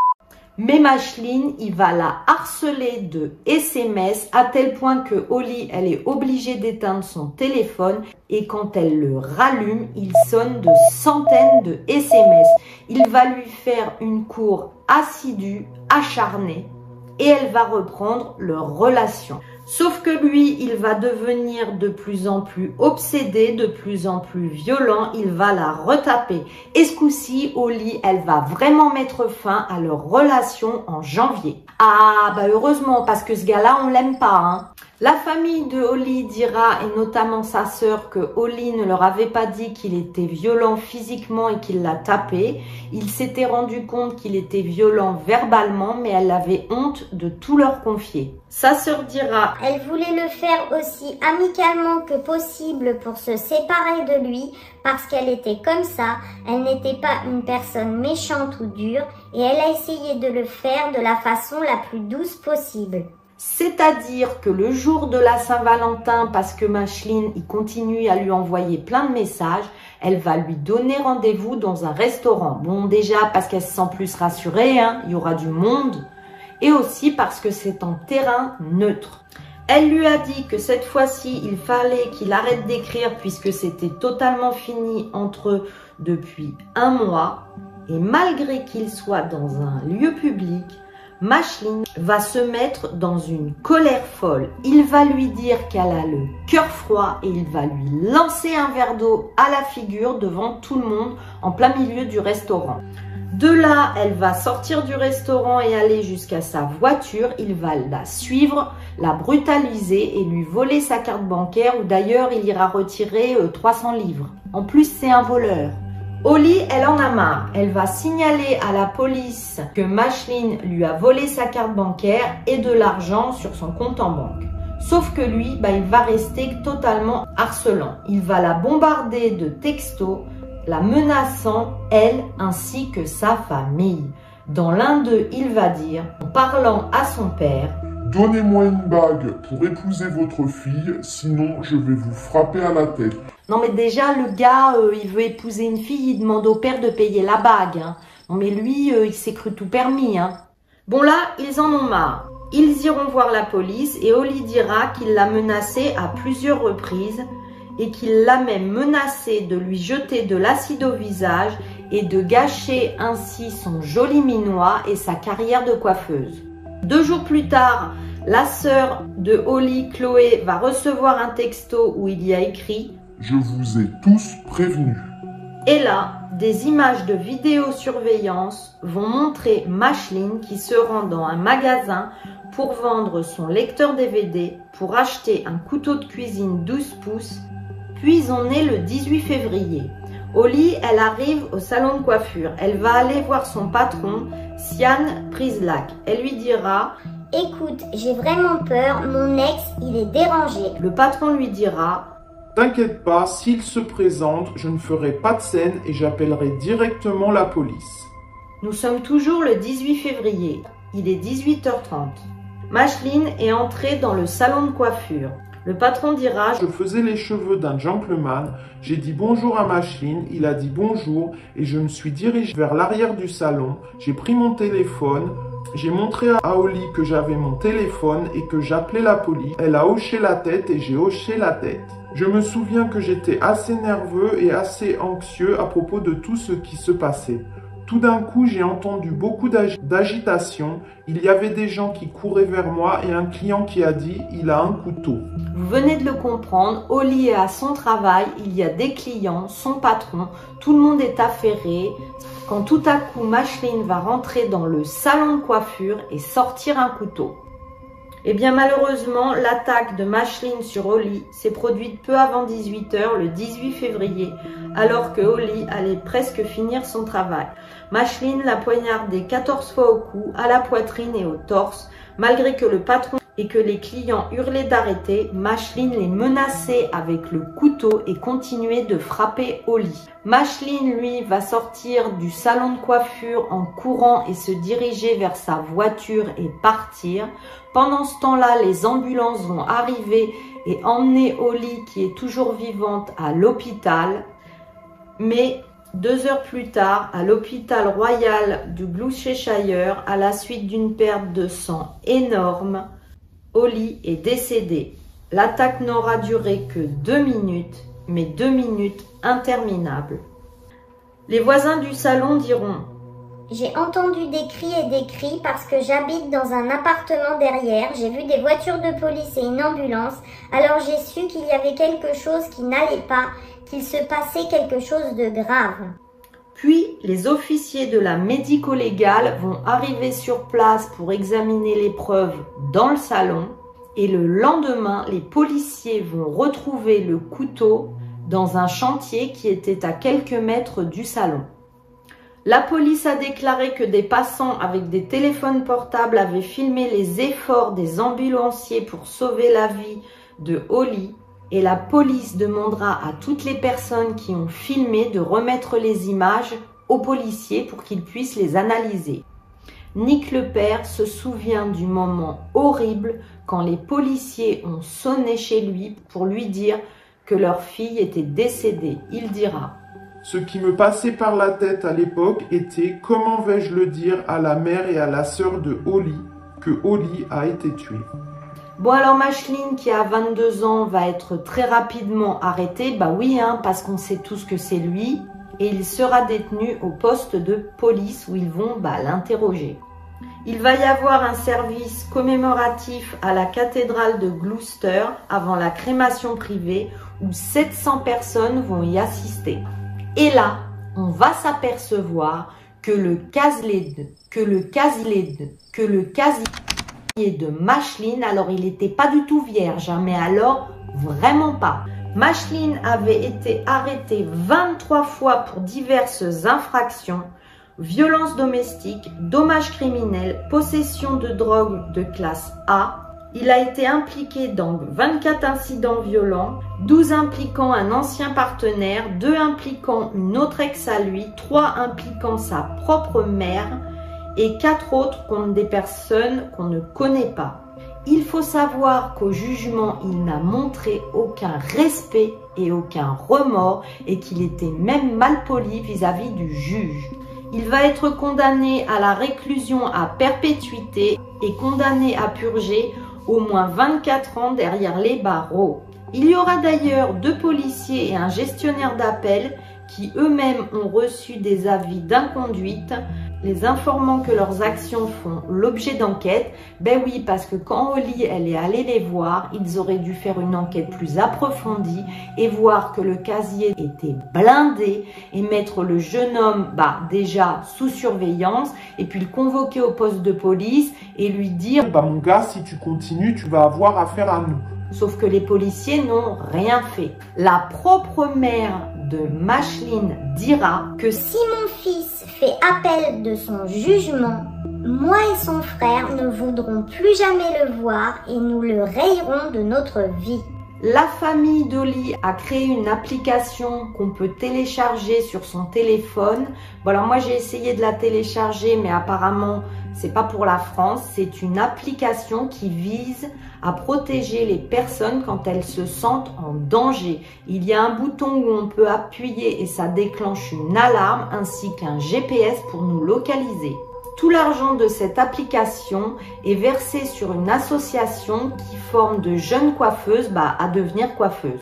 Mais Mashlyn, il va la harceler de S M S à tel point que Holly, elle est obligée d'éteindre son téléphone et quand elle le rallume, il sonne de centaines de S M S. Il va lui faire une cour assidue, acharnée et elle va reprendre leur relation. Sauf que lui, il va devenir de plus en plus obsédé, de plus en plus violent, il va la retaper. Et ce coup-ci, Holly, elle va vraiment mettre fin à leur relation en janvier. Ah, bah heureusement, parce que ce gars-là, on l'aime pas, hein. La famille de Holly dira, et notamment sa sœur, que Holly ne leur avait pas dit qu'il était violent physiquement et qu'il l'a tapé. Il s'était rendu compte qu'il était violent verbalement, mais elle avait honte de tout leur confier. Sa sœur dira, elle voulait le faire aussi amicalement que possible pour se séparer de lui, parce qu'elle était comme ça, elle n'était pas une personne méchante ou dure, et elle a essayé de le faire de la façon la plus douce possible. C'est-à-dire que le jour de la Saint-Valentin, parce que Mashlyn il continue à lui envoyer plein de messages, elle va lui donner rendez-vous dans un restaurant. Bon, déjà parce qu'elle se sent plus rassurée, hein, il y aura du monde, et aussi parce que c'est en terrain neutre. Elle lui a dit que cette fois-ci, il fallait qu'il arrête d'écrire puisque c'était totalement fini entre eux depuis un mois. Et malgré qu'il soit dans un lieu public, Mashlyn va se mettre dans une colère folle. Il va lui dire qu'elle a le cœur froid et il va lui lancer un verre d'eau à la figure devant tout le monde en plein milieu du restaurant. De là, elle va sortir du restaurant et aller jusqu'à sa voiture. Il va la suivre, la brutaliser et lui voler sa carte bancaire où d'ailleurs il ira retirer euh, trois cents livres. En plus, c'est un voleur. Holly, elle en a marre. Elle va signaler à la police que Mashlyn lui a volé sa carte bancaire et de l'argent sur son compte en banque. Sauf que lui, bah, il va rester totalement harcelant. Il va la bombarder de textos, la menaçant, elle ainsi que sa famille. Dans l'un d'eux, il va dire, en parlant à son père, « Donnez-moi une bague pour épouser votre fille, sinon je vais vous frapper à la tête. » Non mais déjà, le gars, euh, il veut épouser une fille, il demande au père de payer la bague. Hein. Non mais lui, euh, il s'est cru tout permis. Hein. Bon là, ils en ont marre. Ils iront voir la police et Holly dira qu'il l'a menacé à plusieurs reprises et qu'il l'a même menacé de lui jeter de l'acide au visage et de gâcher ainsi son joli minois et sa carrière de coiffeuse. Deux jours plus tard, la sœur de Holly, Chloé, va recevoir un texto où il y a écrit « Je vous ai tous prévenus. » Et là, des images de vidéosurveillance vont montrer Mashlin qui se rend dans un magasin pour vendre son lecteur D V D, pour acheter un couteau de cuisine douze pouces. Puis on est le dix-huit février. Holly, elle arrive au salon de coiffure. Elle va aller voir son patron, Sian Prislak. Elle lui dira « Écoute, j'ai vraiment peur, mon ex, il est dérangé. » Le patron lui dira « T'inquiète pas, s'il se présente, je ne ferai pas de scène et j'appellerai directement la police. » Nous sommes toujours le dix-huit février. Il est dix-huit heures trente. Mashlin est entrée dans le salon de coiffure. Le patron dira « Je faisais les cheveux d'un gentleman, j'ai dit bonjour à Mashlin, il a dit bonjour et je me suis dirigé vers l'arrière du salon, j'ai pris mon téléphone, j'ai montré à Holly que j'avais mon téléphone et que j'appelais la police. Elle a hoché la tête et j'ai hoché la tête. Je me souviens que j'étais assez nerveux et assez anxieux à propos de tout ce qui se passait. Tout d'un coup, j'ai entendu beaucoup d'agitation. Il y avait des gens qui couraient vers moi et un client qui a dit « il a un couteau ». Vous venez de le comprendre, Holly est à son travail, il y a des clients, son patron, tout le monde est affairé. Quand tout à coup, Mashlin va rentrer dans le salon de coiffure et sortir un couteau. Eh bien malheureusement, l'attaque de Mashlin sur Holly s'est produite peu avant dix-huit heures le dix-huit février, alors que Holly allait presque finir son travail. Mashlin l'a poignardé quatorze fois au cou, à la poitrine et au torse. Malgré que le patron et que les clients hurlaient d'arrêter, Mashlin les menaçait avec le couteau et continuait de frapper Holly. Mashlin, lui, va sortir du salon de coiffure en courant et se diriger vers sa voiture et partir. Pendant ce temps-là, les ambulances vont arriver et emmener Holly, qui est toujours vivante, à l'hôpital. Mais deux heures plus tard, à l'hôpital royal du Gloucestershire, à la suite d'une perte de sang énorme, Holly est décédée. L'attaque n'aura duré que deux minutes, mais deux minutes interminables. Les voisins du salon diront « J'ai entendu des cris et des cris parce que j'habite dans un appartement derrière. J'ai vu des voitures de police et une ambulance. Alors j'ai su qu'il y avait quelque chose qui n'allait pas, qu'il se passait quelque chose de grave. » Puis, les officiers de la médico-légale vont arriver sur place pour examiner les preuves dans le salon. Et le lendemain, les policiers vont retrouver le couteau dans un chantier qui était à quelques mètres du salon. La police a déclaré que des passants avec des téléphones portables avaient filmé les efforts des ambulanciers pour sauver la vie de Holly. Et la police demandera à toutes les personnes qui ont filmé de remettre les images aux policiers pour qu'ils puissent les analyser. Nick le père se souvient du moment horrible quand les policiers ont sonné chez lui pour lui dire que leur fille était décédée. Il dira « Ce qui me passait par la tête à l'époque était comment vais-je le dire à la mère et à la sœur de Holly que Holly a été tuée. » Bon alors Mashlin qui a vingt-deux ans va être très rapidement arrêté, bah oui hein, parce qu'on sait tous que c'est lui, et il sera détenu au poste de police où ils vont bah, l'interroger. Il va y avoir un service commémoratif à la cathédrale de Gloucester avant la crémation privée où sept cents personnes vont y assister. Et là, on va s'apercevoir que le casier, que le casier, que le casier de Mashlin, alors il n'était pas du tout vierge, hein, mais alors vraiment pas. Mashlin avait été arrêté vingt-trois fois pour diverses infractions, violence domestique, dommages criminels, possession de drogue de classe A. Il a été impliqué dans vingt-quatre incidents violents, douze impliquant un ancien partenaire, deux impliquant une autre ex à lui, trois impliquant sa propre mère, et quatre autres contre des personnes qu'on ne connaît pas. Il faut savoir qu'au jugement, il n'a montré aucun respect et aucun remords et qu'il était même malpoli vis-à-vis du juge. Il va être condamné à la réclusion à perpétuité et condamné à purger au moins vingt-quatre ans derrière les barreaux. Il y aura d'ailleurs deux policiers et un gestionnaire d'appel qui eux-mêmes ont reçu des avis d'inconduite les informant que leurs actions font l'objet d'enquête. Ben oui, parce que quand Holly elle est allée les voir, ils auraient dû faire une enquête plus approfondie et voir que le casier était blindé et mettre le jeune homme bah, déjà sous surveillance et puis le convoquer au poste de police et lui dire bah mon gars, si tu continues, tu vas avoir affaire à nous. Sauf que les policiers n'ont rien fait. La propre mère de Mashlyn dira que si mon fils fait appel de son jugement, moi et son frère ne voudrons plus jamais le voir et nous le rayerons de notre vie. La famille d'Holly a créé une application qu'on peut télécharger sur son téléphone. Bon alors moi j'ai essayé de la télécharger mais apparemment c'est pas pour la France. C'est une application qui vise à protéger les personnes quand elles se sentent en danger. Il y a un bouton où on peut appuyer et ça déclenche une alarme ainsi qu'un G P S pour nous localiser. Tout l'argent de cette application est versé sur une association qui forme de jeunes coiffeuses bah, à devenir coiffeuses.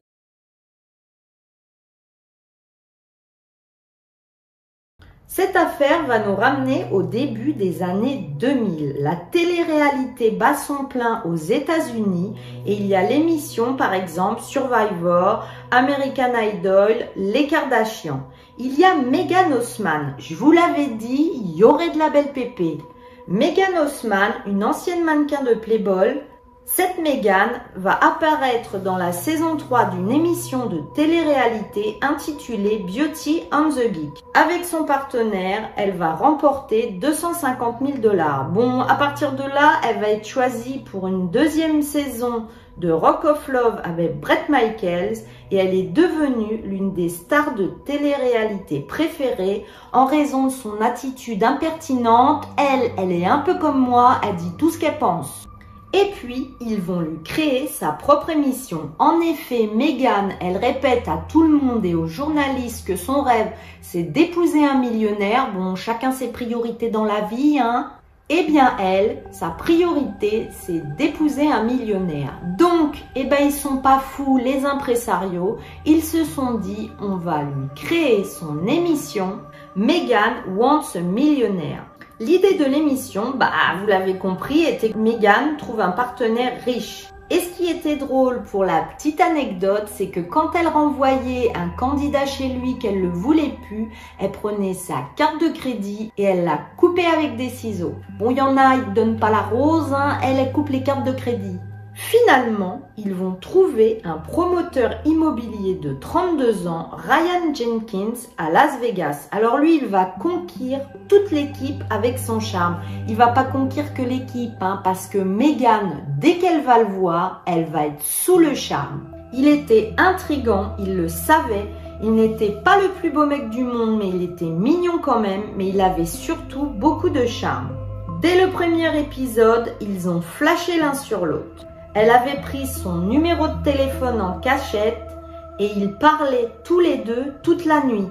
Cette affaire va nous ramener au début des années deux mille. La télé-réalité bat son plein aux États-Unis et il y a l'émission par exemple Survivor, American Idol, Les Kardashians. Il y a Megan Haussman. Je vous l'avais dit, il y aurait de la belle pépée. Megan Haussman, une ancienne mannequin de Playboy. Cette Megan va apparaître dans la saison trois d'une émission de télé-réalité intitulée Beauty and the Geek. Avec son partenaire, elle va remporter deux cent cinquante mille dollars. Bon, à partir de là, elle va être choisie pour une deuxième saison de Rock of Love avec Bret Michaels et elle est devenue l'une des stars de télé-réalité préférées en raison de son attitude impertinente. Elle, elle est un peu comme moi, elle dit tout ce qu'elle pense. Et puis, ils vont lui créer sa propre émission. En effet, Megan, elle répète à tout le monde et aux journalistes que son rêve, c'est d'épouser un millionnaire. Bon, chacun ses priorités dans la vie, hein. Eh bien, elle, sa priorité, c'est d'épouser un millionnaire. Donc, eh ben, ils sont pas fous, les impresarios. Ils se sont dit, on va lui créer son émission Megan Wants a Millionaire. L'idée de l'émission, bah, vous l'avez compris, était que Megan trouve un partenaire riche. Et ce qui était drôle pour la petite anecdote, c'est que quand elle renvoyait un candidat chez lui qu'elle ne voulait plus, elle prenait sa carte de crédit et elle la coupait avec des ciseaux. Bon, il y en a, ils ne donnent pas la rose, hein, elle, elle coupe les cartes de crédit. Finalement, ils vont trouver un promoteur immobilier de trente-deux ans, Ryan Jenkins, à Las Vegas. Alors lui, il va conquérir toute l'équipe avec son charme. Il va pas conquérir que l'équipe, hein, parce que Megan, dès qu'elle va le voir, elle va être sous le charme. Il était intriguant, il le savait. Il n'était pas le plus beau mec du monde, mais il était mignon quand même. Mais il avait surtout beaucoup de charme. Dès le premier épisode, ils ont flashé l'un sur l'autre. Elle avait pris son numéro de téléphone en cachette et ils parlaient tous les deux toute la nuit.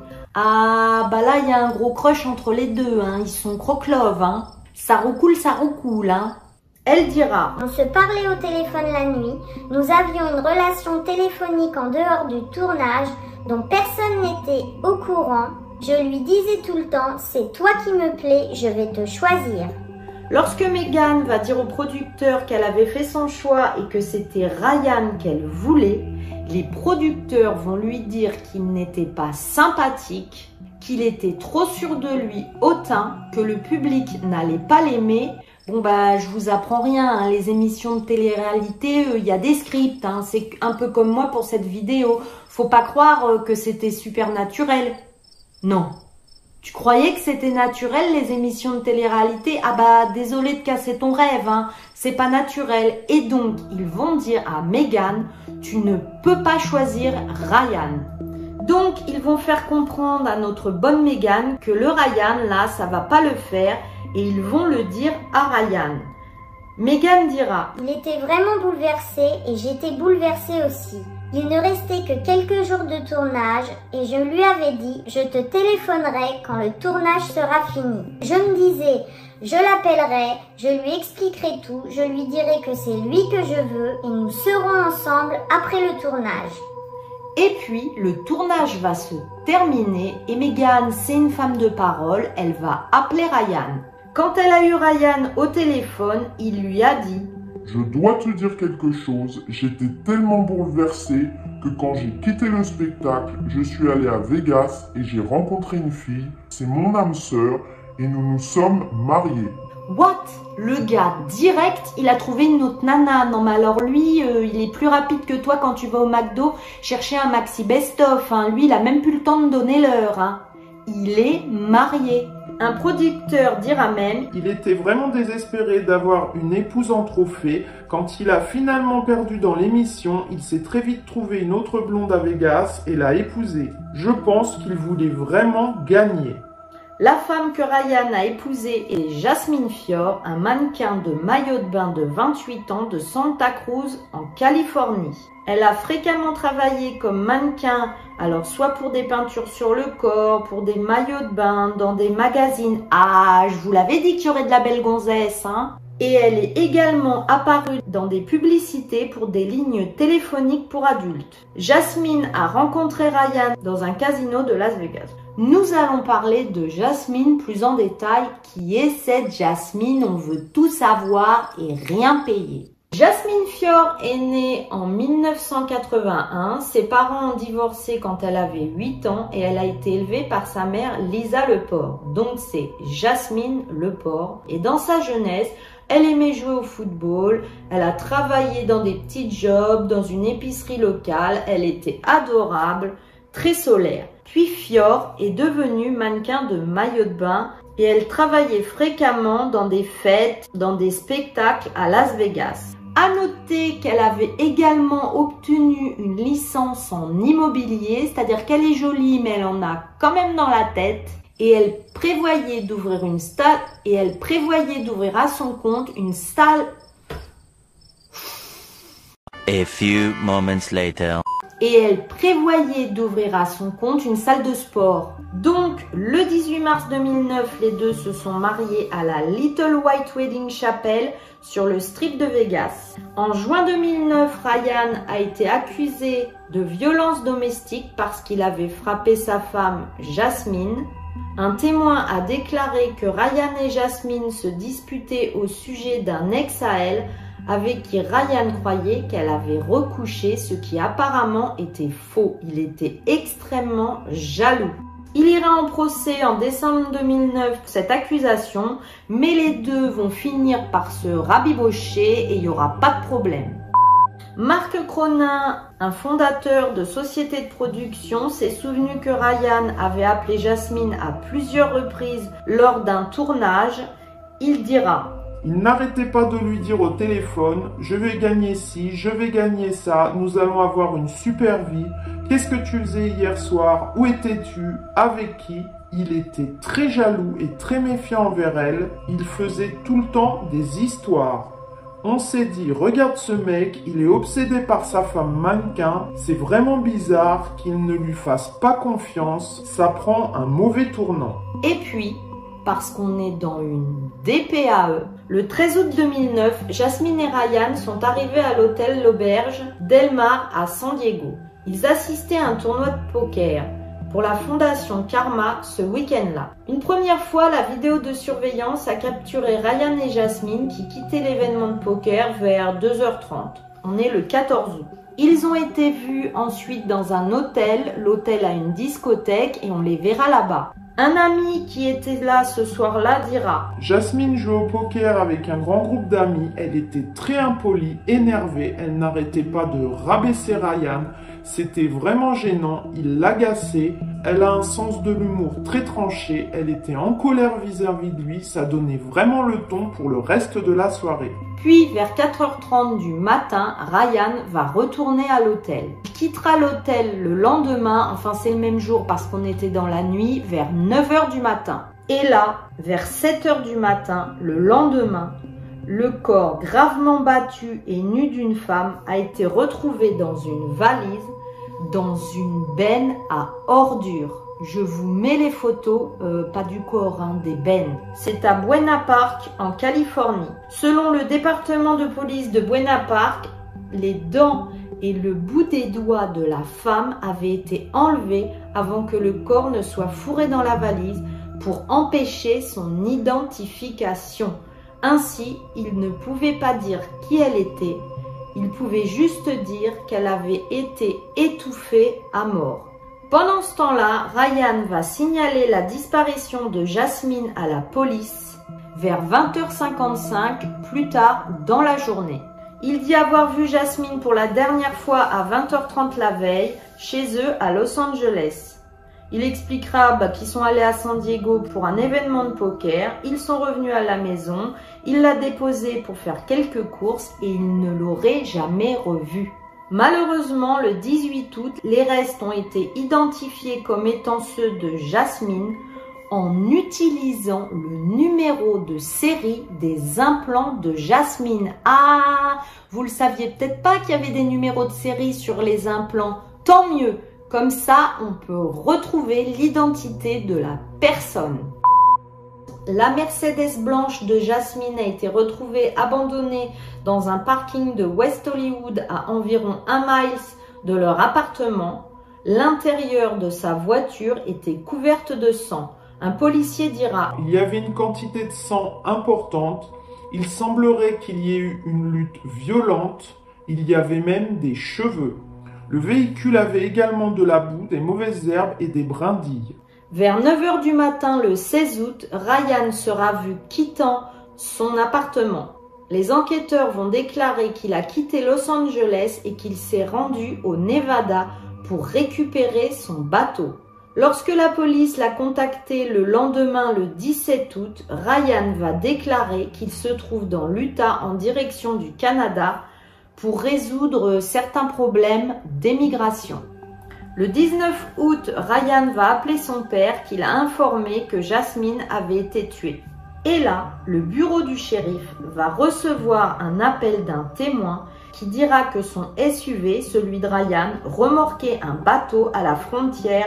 Ah, bah là, il y a un gros crush entre les deux, hein. Ils sont croque-love, hein. Ça roucoule, ça roucoule, hein. Elle dira. On se parlait au téléphone la nuit. Nous avions une relation téléphonique en dehors du tournage dont personne n'était au courant. Je lui disais tout le temps, c'est toi qui me plais, je vais te choisir. Lorsque Megan va dire au producteur qu'elle avait fait son choix et que c'était Ryan qu'elle voulait, les producteurs vont lui dire qu'il n'était pas sympathique, qu'il était trop sûr de lui hautain, que le public n'allait pas l'aimer. Bon bah je vous apprends rien, hein, les émissions de télé-réalité, il euh, y a des scripts, hein, c'est un peu comme moi pour cette vidéo. Faut pas croire euh, que c'était super naturel. Non. Tu croyais que c'était naturel les émissions de télé-réalité? Ah bah désolé de casser ton rêve, hein. C'est pas naturel. Et donc ils vont dire à Megan, tu ne peux pas choisir Ryan. Donc ils vont faire comprendre à notre bonne Megan que le Ryan là ça va pas le faire et ils vont le dire à Ryan. Megan dira, il était vraiment bouleversé et j'étais bouleversée aussi. Il ne restait que quelques jours de tournage et je lui avais dit « Je te téléphonerai quand le tournage sera fini ». Je me disais « Je l'appellerai, je lui expliquerai tout, je lui dirai que c'est lui que je veux et nous serons ensemble après le tournage ». Et puis, le tournage va se terminer et Meghan, c'est une femme de parole, elle va appeler Ryan. Quand elle a eu Ryan au téléphone, il lui a dit « Je dois te dire quelque chose, j'étais tellement bouleversé que quand j'ai quitté le spectacle, je suis allé à Vegas et j'ai rencontré une fille, c'est mon âme sœur et nous nous sommes mariés. » What? Le gars, direct, il a trouvé une autre nana. Non mais alors lui, euh, il est plus rapide que toi quand tu vas au McDo chercher un maxi best-of. Hein. Lui, il a même plus le temps de donner l'heure. Hein. Il est marié. Un producteur dira même « Il était vraiment désespéré d'avoir une épouse en trophée. Quand il a finalement perdu dans l'émission, il s'est très vite trouvé une autre blonde à Vegas et l'a épousée. Je pense qu'il voulait vraiment gagner. » La femme que Ryan a épousée est Jasmine Fior, un mannequin de maillot de bain de vingt-huit ans de Santa Cruz en Californie. Elle a fréquemment travaillé comme mannequin, alors soit pour des peintures sur le corps, pour des maillots de bain, dans des magazines. Ah, je vous l'avais dit qu'il y aurait de la belle gonzesse, hein. Et elle est également apparue dans des publicités pour des lignes téléphoniques pour adultes. Jasmine a rencontré Ryan dans un casino de Las Vegas. Nous allons parler de Jasmine plus en détail. Qui est cette Jasmine? On veut tout savoir et rien payer. Jasmine Fior est née en mille neuf cent quatre-vingt-un. Ses parents ont divorcé quand elle avait huit ans et elle a été élevée par sa mère Lisa Lepore. Donc c'est Jasmine Lepore. Et dans sa jeunesse, elle aimait jouer au football, elle a travaillé dans des petits jobs, dans une épicerie locale, elle était adorable, très solaire. Puis Fior est devenue mannequin de maillot de bain et elle travaillait fréquemment dans des fêtes, dans des spectacles à Las Vegas. À noter qu'elle avait également obtenu une licence en immobilier, c'est-à-dire qu'elle est jolie mais elle en a quand même dans la tête. Et elle prévoyait d'ouvrir une salle et elle prévoyait d'ouvrir à son compte une salle. A few moments later. Et elle prévoyait d'ouvrir à son compte une salle de sport. Donc, le dix-huit mars deux mille neuf, les deux se sont mariés à la Little White Wedding Chapel sur le strip de Vegas. En juin deux mille neuf, Ryan a été accusé de violence domestique parce qu'il avait frappé sa femme Jasmine. Un témoin a déclaré que Ryan et Jasmine se disputaient au sujet d'un ex à elle avec qui Ryan croyait qu'elle avait recouché, ce qui apparemment était faux. Il était extrêmement jaloux. Il ira en procès en décembre deux mille neuf pour cette accusation, mais les deux vont finir par se rabibocher et il n'y aura pas de problème. Marc Cronin, un fondateur de société de production, s'est souvenu que Ryan avait appelé Jasmine à plusieurs reprises lors d'un tournage. Il dira: Il n'arrêtait pas de lui dire au téléphone « Je vais gagner ci, je vais gagner ça, nous allons avoir une super vie. Qu'est-ce que tu faisais hier soir? Où étais-tu? Avec qui ?» Il était très jaloux et très méfiant envers elle. Il faisait tout le temps des histoires. On s'est dit, regarde ce mec, il est obsédé par sa femme mannequin, c'est vraiment bizarre qu'il ne lui fasse pas confiance, ça prend un mauvais tournant. Et puis, parce qu'on est dans une D P A E, le treize août deux mille neuf, Jasmine et Ryan sont arrivés à l'hôtel L'Auberge Del Mar à San Diego. Ils assistaient à un tournoi de poker pour la fondation Karma ce week-end-là. Une première fois, la vidéo de surveillance a capturé Ryan et Jasmine qui quittaient l'événement de poker vers deux heures trente. On est le quatorze août. Ils ont été vus ensuite dans un hôtel. L'hôtel a une discothèque et on les verra là-bas. Un ami qui était là ce soir-là dira: Jasmine jouait au poker avec un grand groupe d'amis. Elle était très impolie, énervée. Elle n'arrêtait pas de rabaisser Ryan. C'était vraiment gênant. Il l'agaçait. Elle a un sens de l'humour très tranché. Elle était en colère vis-à-vis de lui. Ça donnait vraiment le ton pour le reste de la soirée. Puis, vers quatre heures trente du matin, Ryan va retourner à l'hôtel. Il quittera l'hôtel le lendemain, enfin c'est le même jour parce qu'on était dans la nuit, vers neuf heures du matin. Et là, vers sept heures du matin, le lendemain, le corps gravement battu et nu d'une femme a été retrouvé dans une valise, dans une benne à ordures. Je vous mets les photos, euh, pas du corps, hein, des bennes. C'est à Buena Park, en Californie. Selon le département de police de Buena Park, les dents et le bout des doigts de la femme avait été enlevé avant que le corps ne soit fourré dans la valise pour empêcher son identification. Ainsi, il ne pouvait pas dire qui elle était, il pouvait juste dire qu'elle avait été étouffée à mort. Pendant ce temps-là, Ryan va signaler la disparition de Jasmine à la police vers vingt heures cinquante-cinq plus tard dans la journée. Il dit avoir vu Jasmine pour la dernière fois à vingt heures trente la veille chez eux à Los Angeles. Il expliquera bah, qu'ils sont allés à San Diego pour un événement de poker, ils sont revenus à la maison, il l'a déposée pour faire quelques courses et il ne l'aurait jamais revue. Malheureusement, le dix-huit août, les restes ont été identifiés comme étant ceux de Jasmine en utilisant le numéro de série des implants de Jasmine. Ah, vous le saviez peut-être pas qu'il y avait des numéros de série sur les implants. Tant mieux, comme ça on peut retrouver l'identité de la personne. La Mercedes blanche de Jasmine a été retrouvée abandonnée dans un parking de West Hollywood à environ un mile de leur appartement. L'intérieur de sa voiture était couverte de sang. Un policier dira: il y avait une quantité de sang importante, il semblerait qu'il y ait eu une lutte violente, il y avait même des cheveux. Le véhicule avait également de la boue, des mauvaises herbes et des brindilles. Vers neuf heures du matin le seize août, Ryan sera vu quittant son appartement. Les enquêteurs vont déclarer qu'il a quitté Los Angeles et qu'il s'est rendu au Nevada pour récupérer son bateau. Lorsque la police l'a contacté le lendemain, le dix-sept août, Ryan va déclarer qu'il se trouve dans l'Utah en direction du Canada pour résoudre certains problèmes d'émigration. Le dix-neuf août, Ryan va appeler son père qui l'a informé que Jasmine avait été tuée. Et là, le bureau du shérif va recevoir un appel d'un témoin qui dira que son S U V, celui de Ryan, remorquait un bateau à la frontière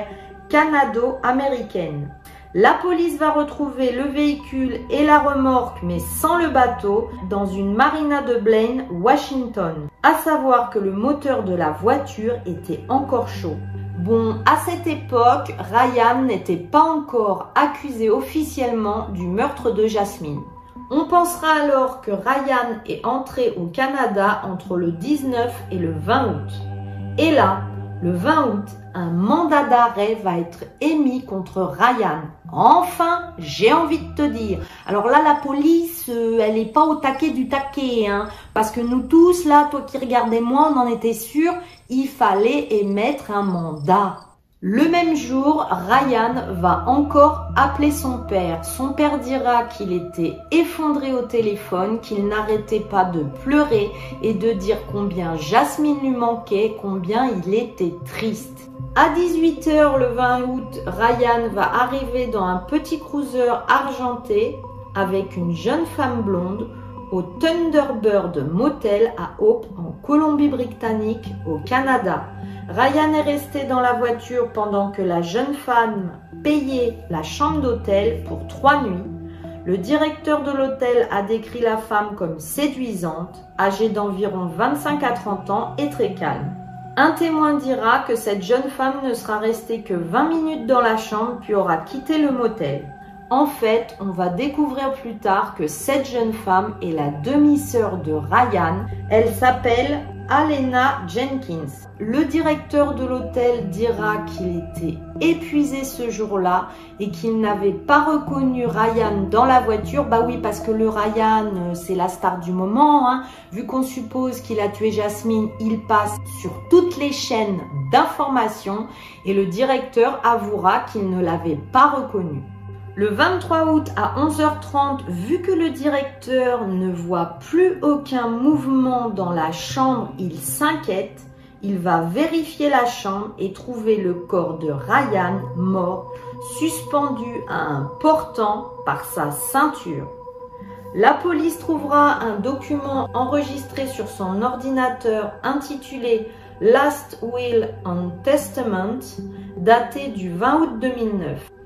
canado-américaine. La police va retrouver le véhicule et la remorque, mais sans le bateau, dans une marina de Blaine, Washington. À savoir que le moteur de la voiture était encore chaud. Bon, à cette époque, Ryan n'était pas encore accusé officiellement du meurtre de Jasmine. On pensera alors que Ryan est entré au Canada entre le dix-neuf et le vingt août. Et là, le vingt août, un mandat d'arrêt va être émis contre Ryan. Enfin, j'ai envie de te dire. Alors là, la police, euh, elle n'est pas au taquet du taquet, hein, parce que nous tous, là, toi qui regardais moi, on en était sûrs, il fallait émettre un mandat. Le même jour, Ryan va encore appeler son père. Son père dira qu'il était effondré au téléphone, qu'il n'arrêtait pas de pleurer et de dire combien Jasmine lui manquait, combien il était triste. À dix-huit heures le vingt août, Ryan va arriver dans un petit cruiser argenté avec une jeune femme blonde au Thunderbird Motel à Hope en Colombie-Britannique au Canada. Ryan est resté dans la voiture pendant que la jeune femme payait la chambre d'hôtel pour trois nuits. Le directeur de l'hôtel a décrit la femme comme séduisante, âgée d'environ vingt-cinq à trente ans et très calme. Un témoin dira que cette jeune femme ne sera restée que vingt minutes dans la chambre puis aura quitté le motel. En fait, on va découvrir plus tard que cette jeune femme est la demi-sœur de Ryan. Elle s'appelle Alena Jenkins. Le directeur de l'hôtel dira qu'il était épuisé ce jour-là et qu'il n'avait pas reconnu Ryan dans la voiture. Bah oui, parce que le Ryan, c'est la star du moment, hein. Vu qu'on suppose qu'il a tué Jasmine, il passe sur toutes les chaînes d'information et le directeur avouera qu'il ne l'avait pas reconnu. Le vingt-trois août à onze heures trente, vu que le directeur ne voit plus aucun mouvement dans la chambre, il s'inquiète. Il va vérifier la chambre et trouver le corps de Ryan mort, suspendu à un portant par sa ceinture. La police trouvera un document enregistré sur son ordinateur intitulé Last Will and Testament, daté du vingt août deux mille neuf.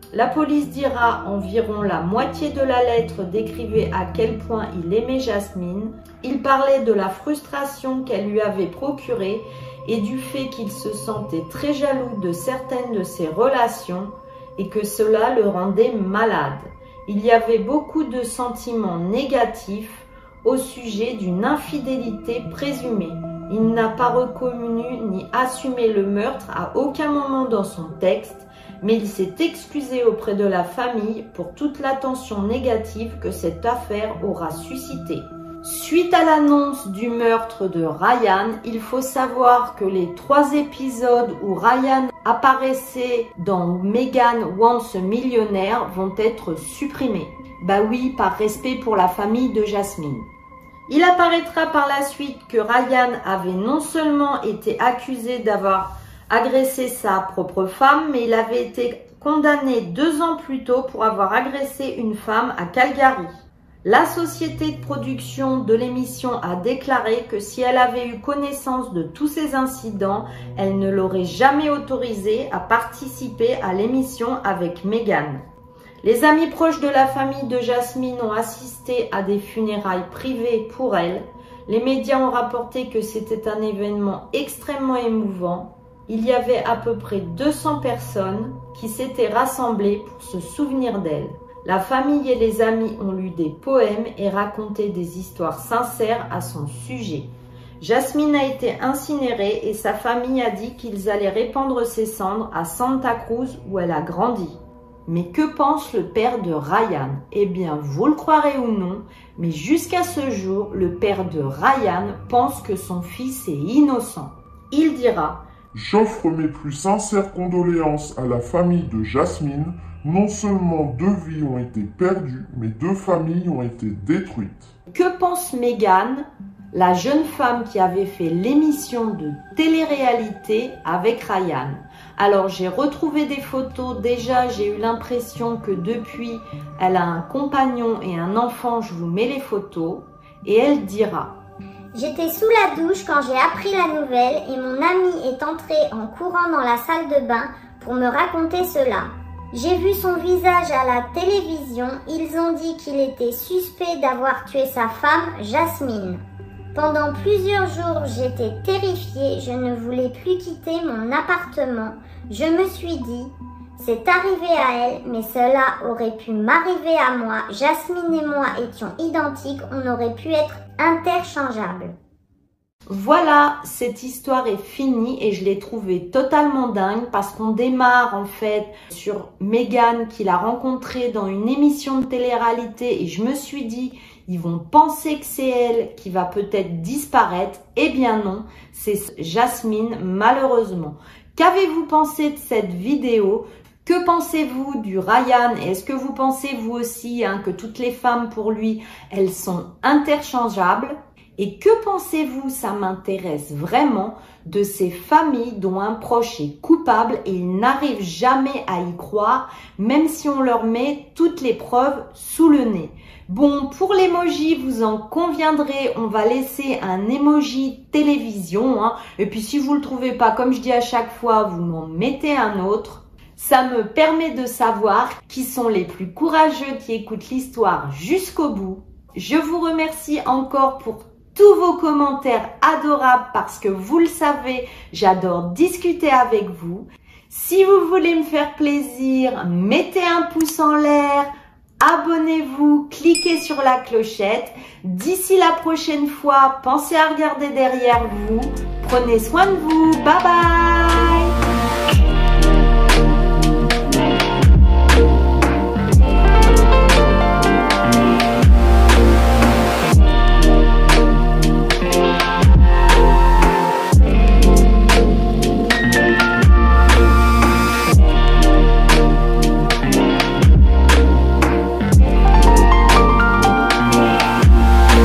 La police dira environ la moitié de la lettre décrivait à quel point il aimait Jasmine. Il parlait de la frustration qu'elle lui avait procurée et du fait qu'il se sentait très jaloux de certaines de ses relations et que cela le rendait malade. Il y avait beaucoup de sentiments négatifs au sujet d'une infidélité présumée. Il n'a pas reconnu ni assumé le meurtre à aucun moment dans son texte, mais il s'est excusé auprès de la famille pour toute l'attention négative que cette affaire aura suscitée. Suite à l'annonce du meurtre de Ryan, il faut savoir que les trois épisodes où Ryan apparaissait dans Megan Wants a Millionaire vont être supprimés. Bah oui, par respect pour la famille de Jasmine. Il apparaîtra par la suite que Ryan avait non seulement été accusé d'avoir agressé sa propre femme, mais il avait été condamné deux ans plus tôt pour avoir agressé une femme à Calgary. La société de production de l'émission a déclaré que si elle avait eu connaissance de tous ces incidents, elle ne l'aurait jamais autorisé à participer à l'émission avec Megan. Les amis proches de la famille de Jasmine ont assisté à des funérailles privées pour elle. Les médias ont rapporté que c'était un événement extrêmement émouvant. Il y avait à peu près deux cents personnes qui s'étaient rassemblées pour se souvenir d'elle. La famille et les amis ont lu des poèmes et raconté des histoires sincères à son sujet. Jasmine a été incinérée et sa famille a dit qu'ils allaient répandre ses cendres à Santa Cruz où elle a grandi. Mais que pense le père de Ryan? Eh bien, vous le croirez ou non, mais jusqu'à ce jour, le père de Ryan pense que son fils est innocent. Il dira « J'offre mes plus sincères condoléances à la famille de Jasmine. Non seulement deux vies ont été perdues, mais deux familles ont été détruites. » Que pense Megan, la jeune femme qui avait fait l'émission de télé-réalité avec Ryan? Alors j'ai retrouvé des photos, déjà j'ai eu l'impression que depuis elle a un compagnon et un enfant, je vous mets les photos, et elle dira « J'étais sous la douche quand j'ai appris la nouvelle et mon ami est entré en courant dans la salle de bain pour me raconter cela. J'ai vu son visage à la télévision, ils ont dit qu'il était suspect d'avoir tué sa femme, Jasmine. Pendant plusieurs jours, j'étais terrifiée, je ne voulais plus quitter mon appartement. Je me suis dit, c'est arrivé à elle, mais cela aurait pu m'arriver à moi. Jasmine et moi étions identiques, on aurait pu être interchangeables. » Voilà, cette histoire est finie et je l'ai trouvée totalement dingue parce qu'on démarre en fait sur Megan qu'il a rencontrée dans une émission de télé-réalité et je me suis dit, ils vont penser que c'est elle qui va peut-être disparaître. Eh bien non, c'est Jasmine malheureusement. Qu'avez-vous pensé de cette vidéo? Que pensez-vous du Ryan? Est-ce que vous pensez vous aussi hein, que toutes les femmes pour lui, elles sont interchangeables? Et que pensez-vous, ça m'intéresse vraiment, de ces familles dont un proche est coupable et ils n'arrivent jamais à y croire, même si on leur met toutes les preuves sous le nez. Bon, pour l'emoji, vous en conviendrez, on va laisser un emoji télévision. Hein, et puis si vous ne le trouvez pas, comme je dis à chaque fois, vous m'en mettez un autre. Ça me permet de savoir qui sont les plus courageux qui écoutent l'histoire jusqu'au bout. Je vous remercie encore pour tous vos commentaires adorables parce que vous le savez, j'adore discuter avec vous. Si vous voulez me faire plaisir, mettez un pouce en l'air, abonnez-vous, cliquez sur la clochette. D'ici la prochaine fois, pensez à regarder derrière vous. Prenez soin de vous. Bye bye!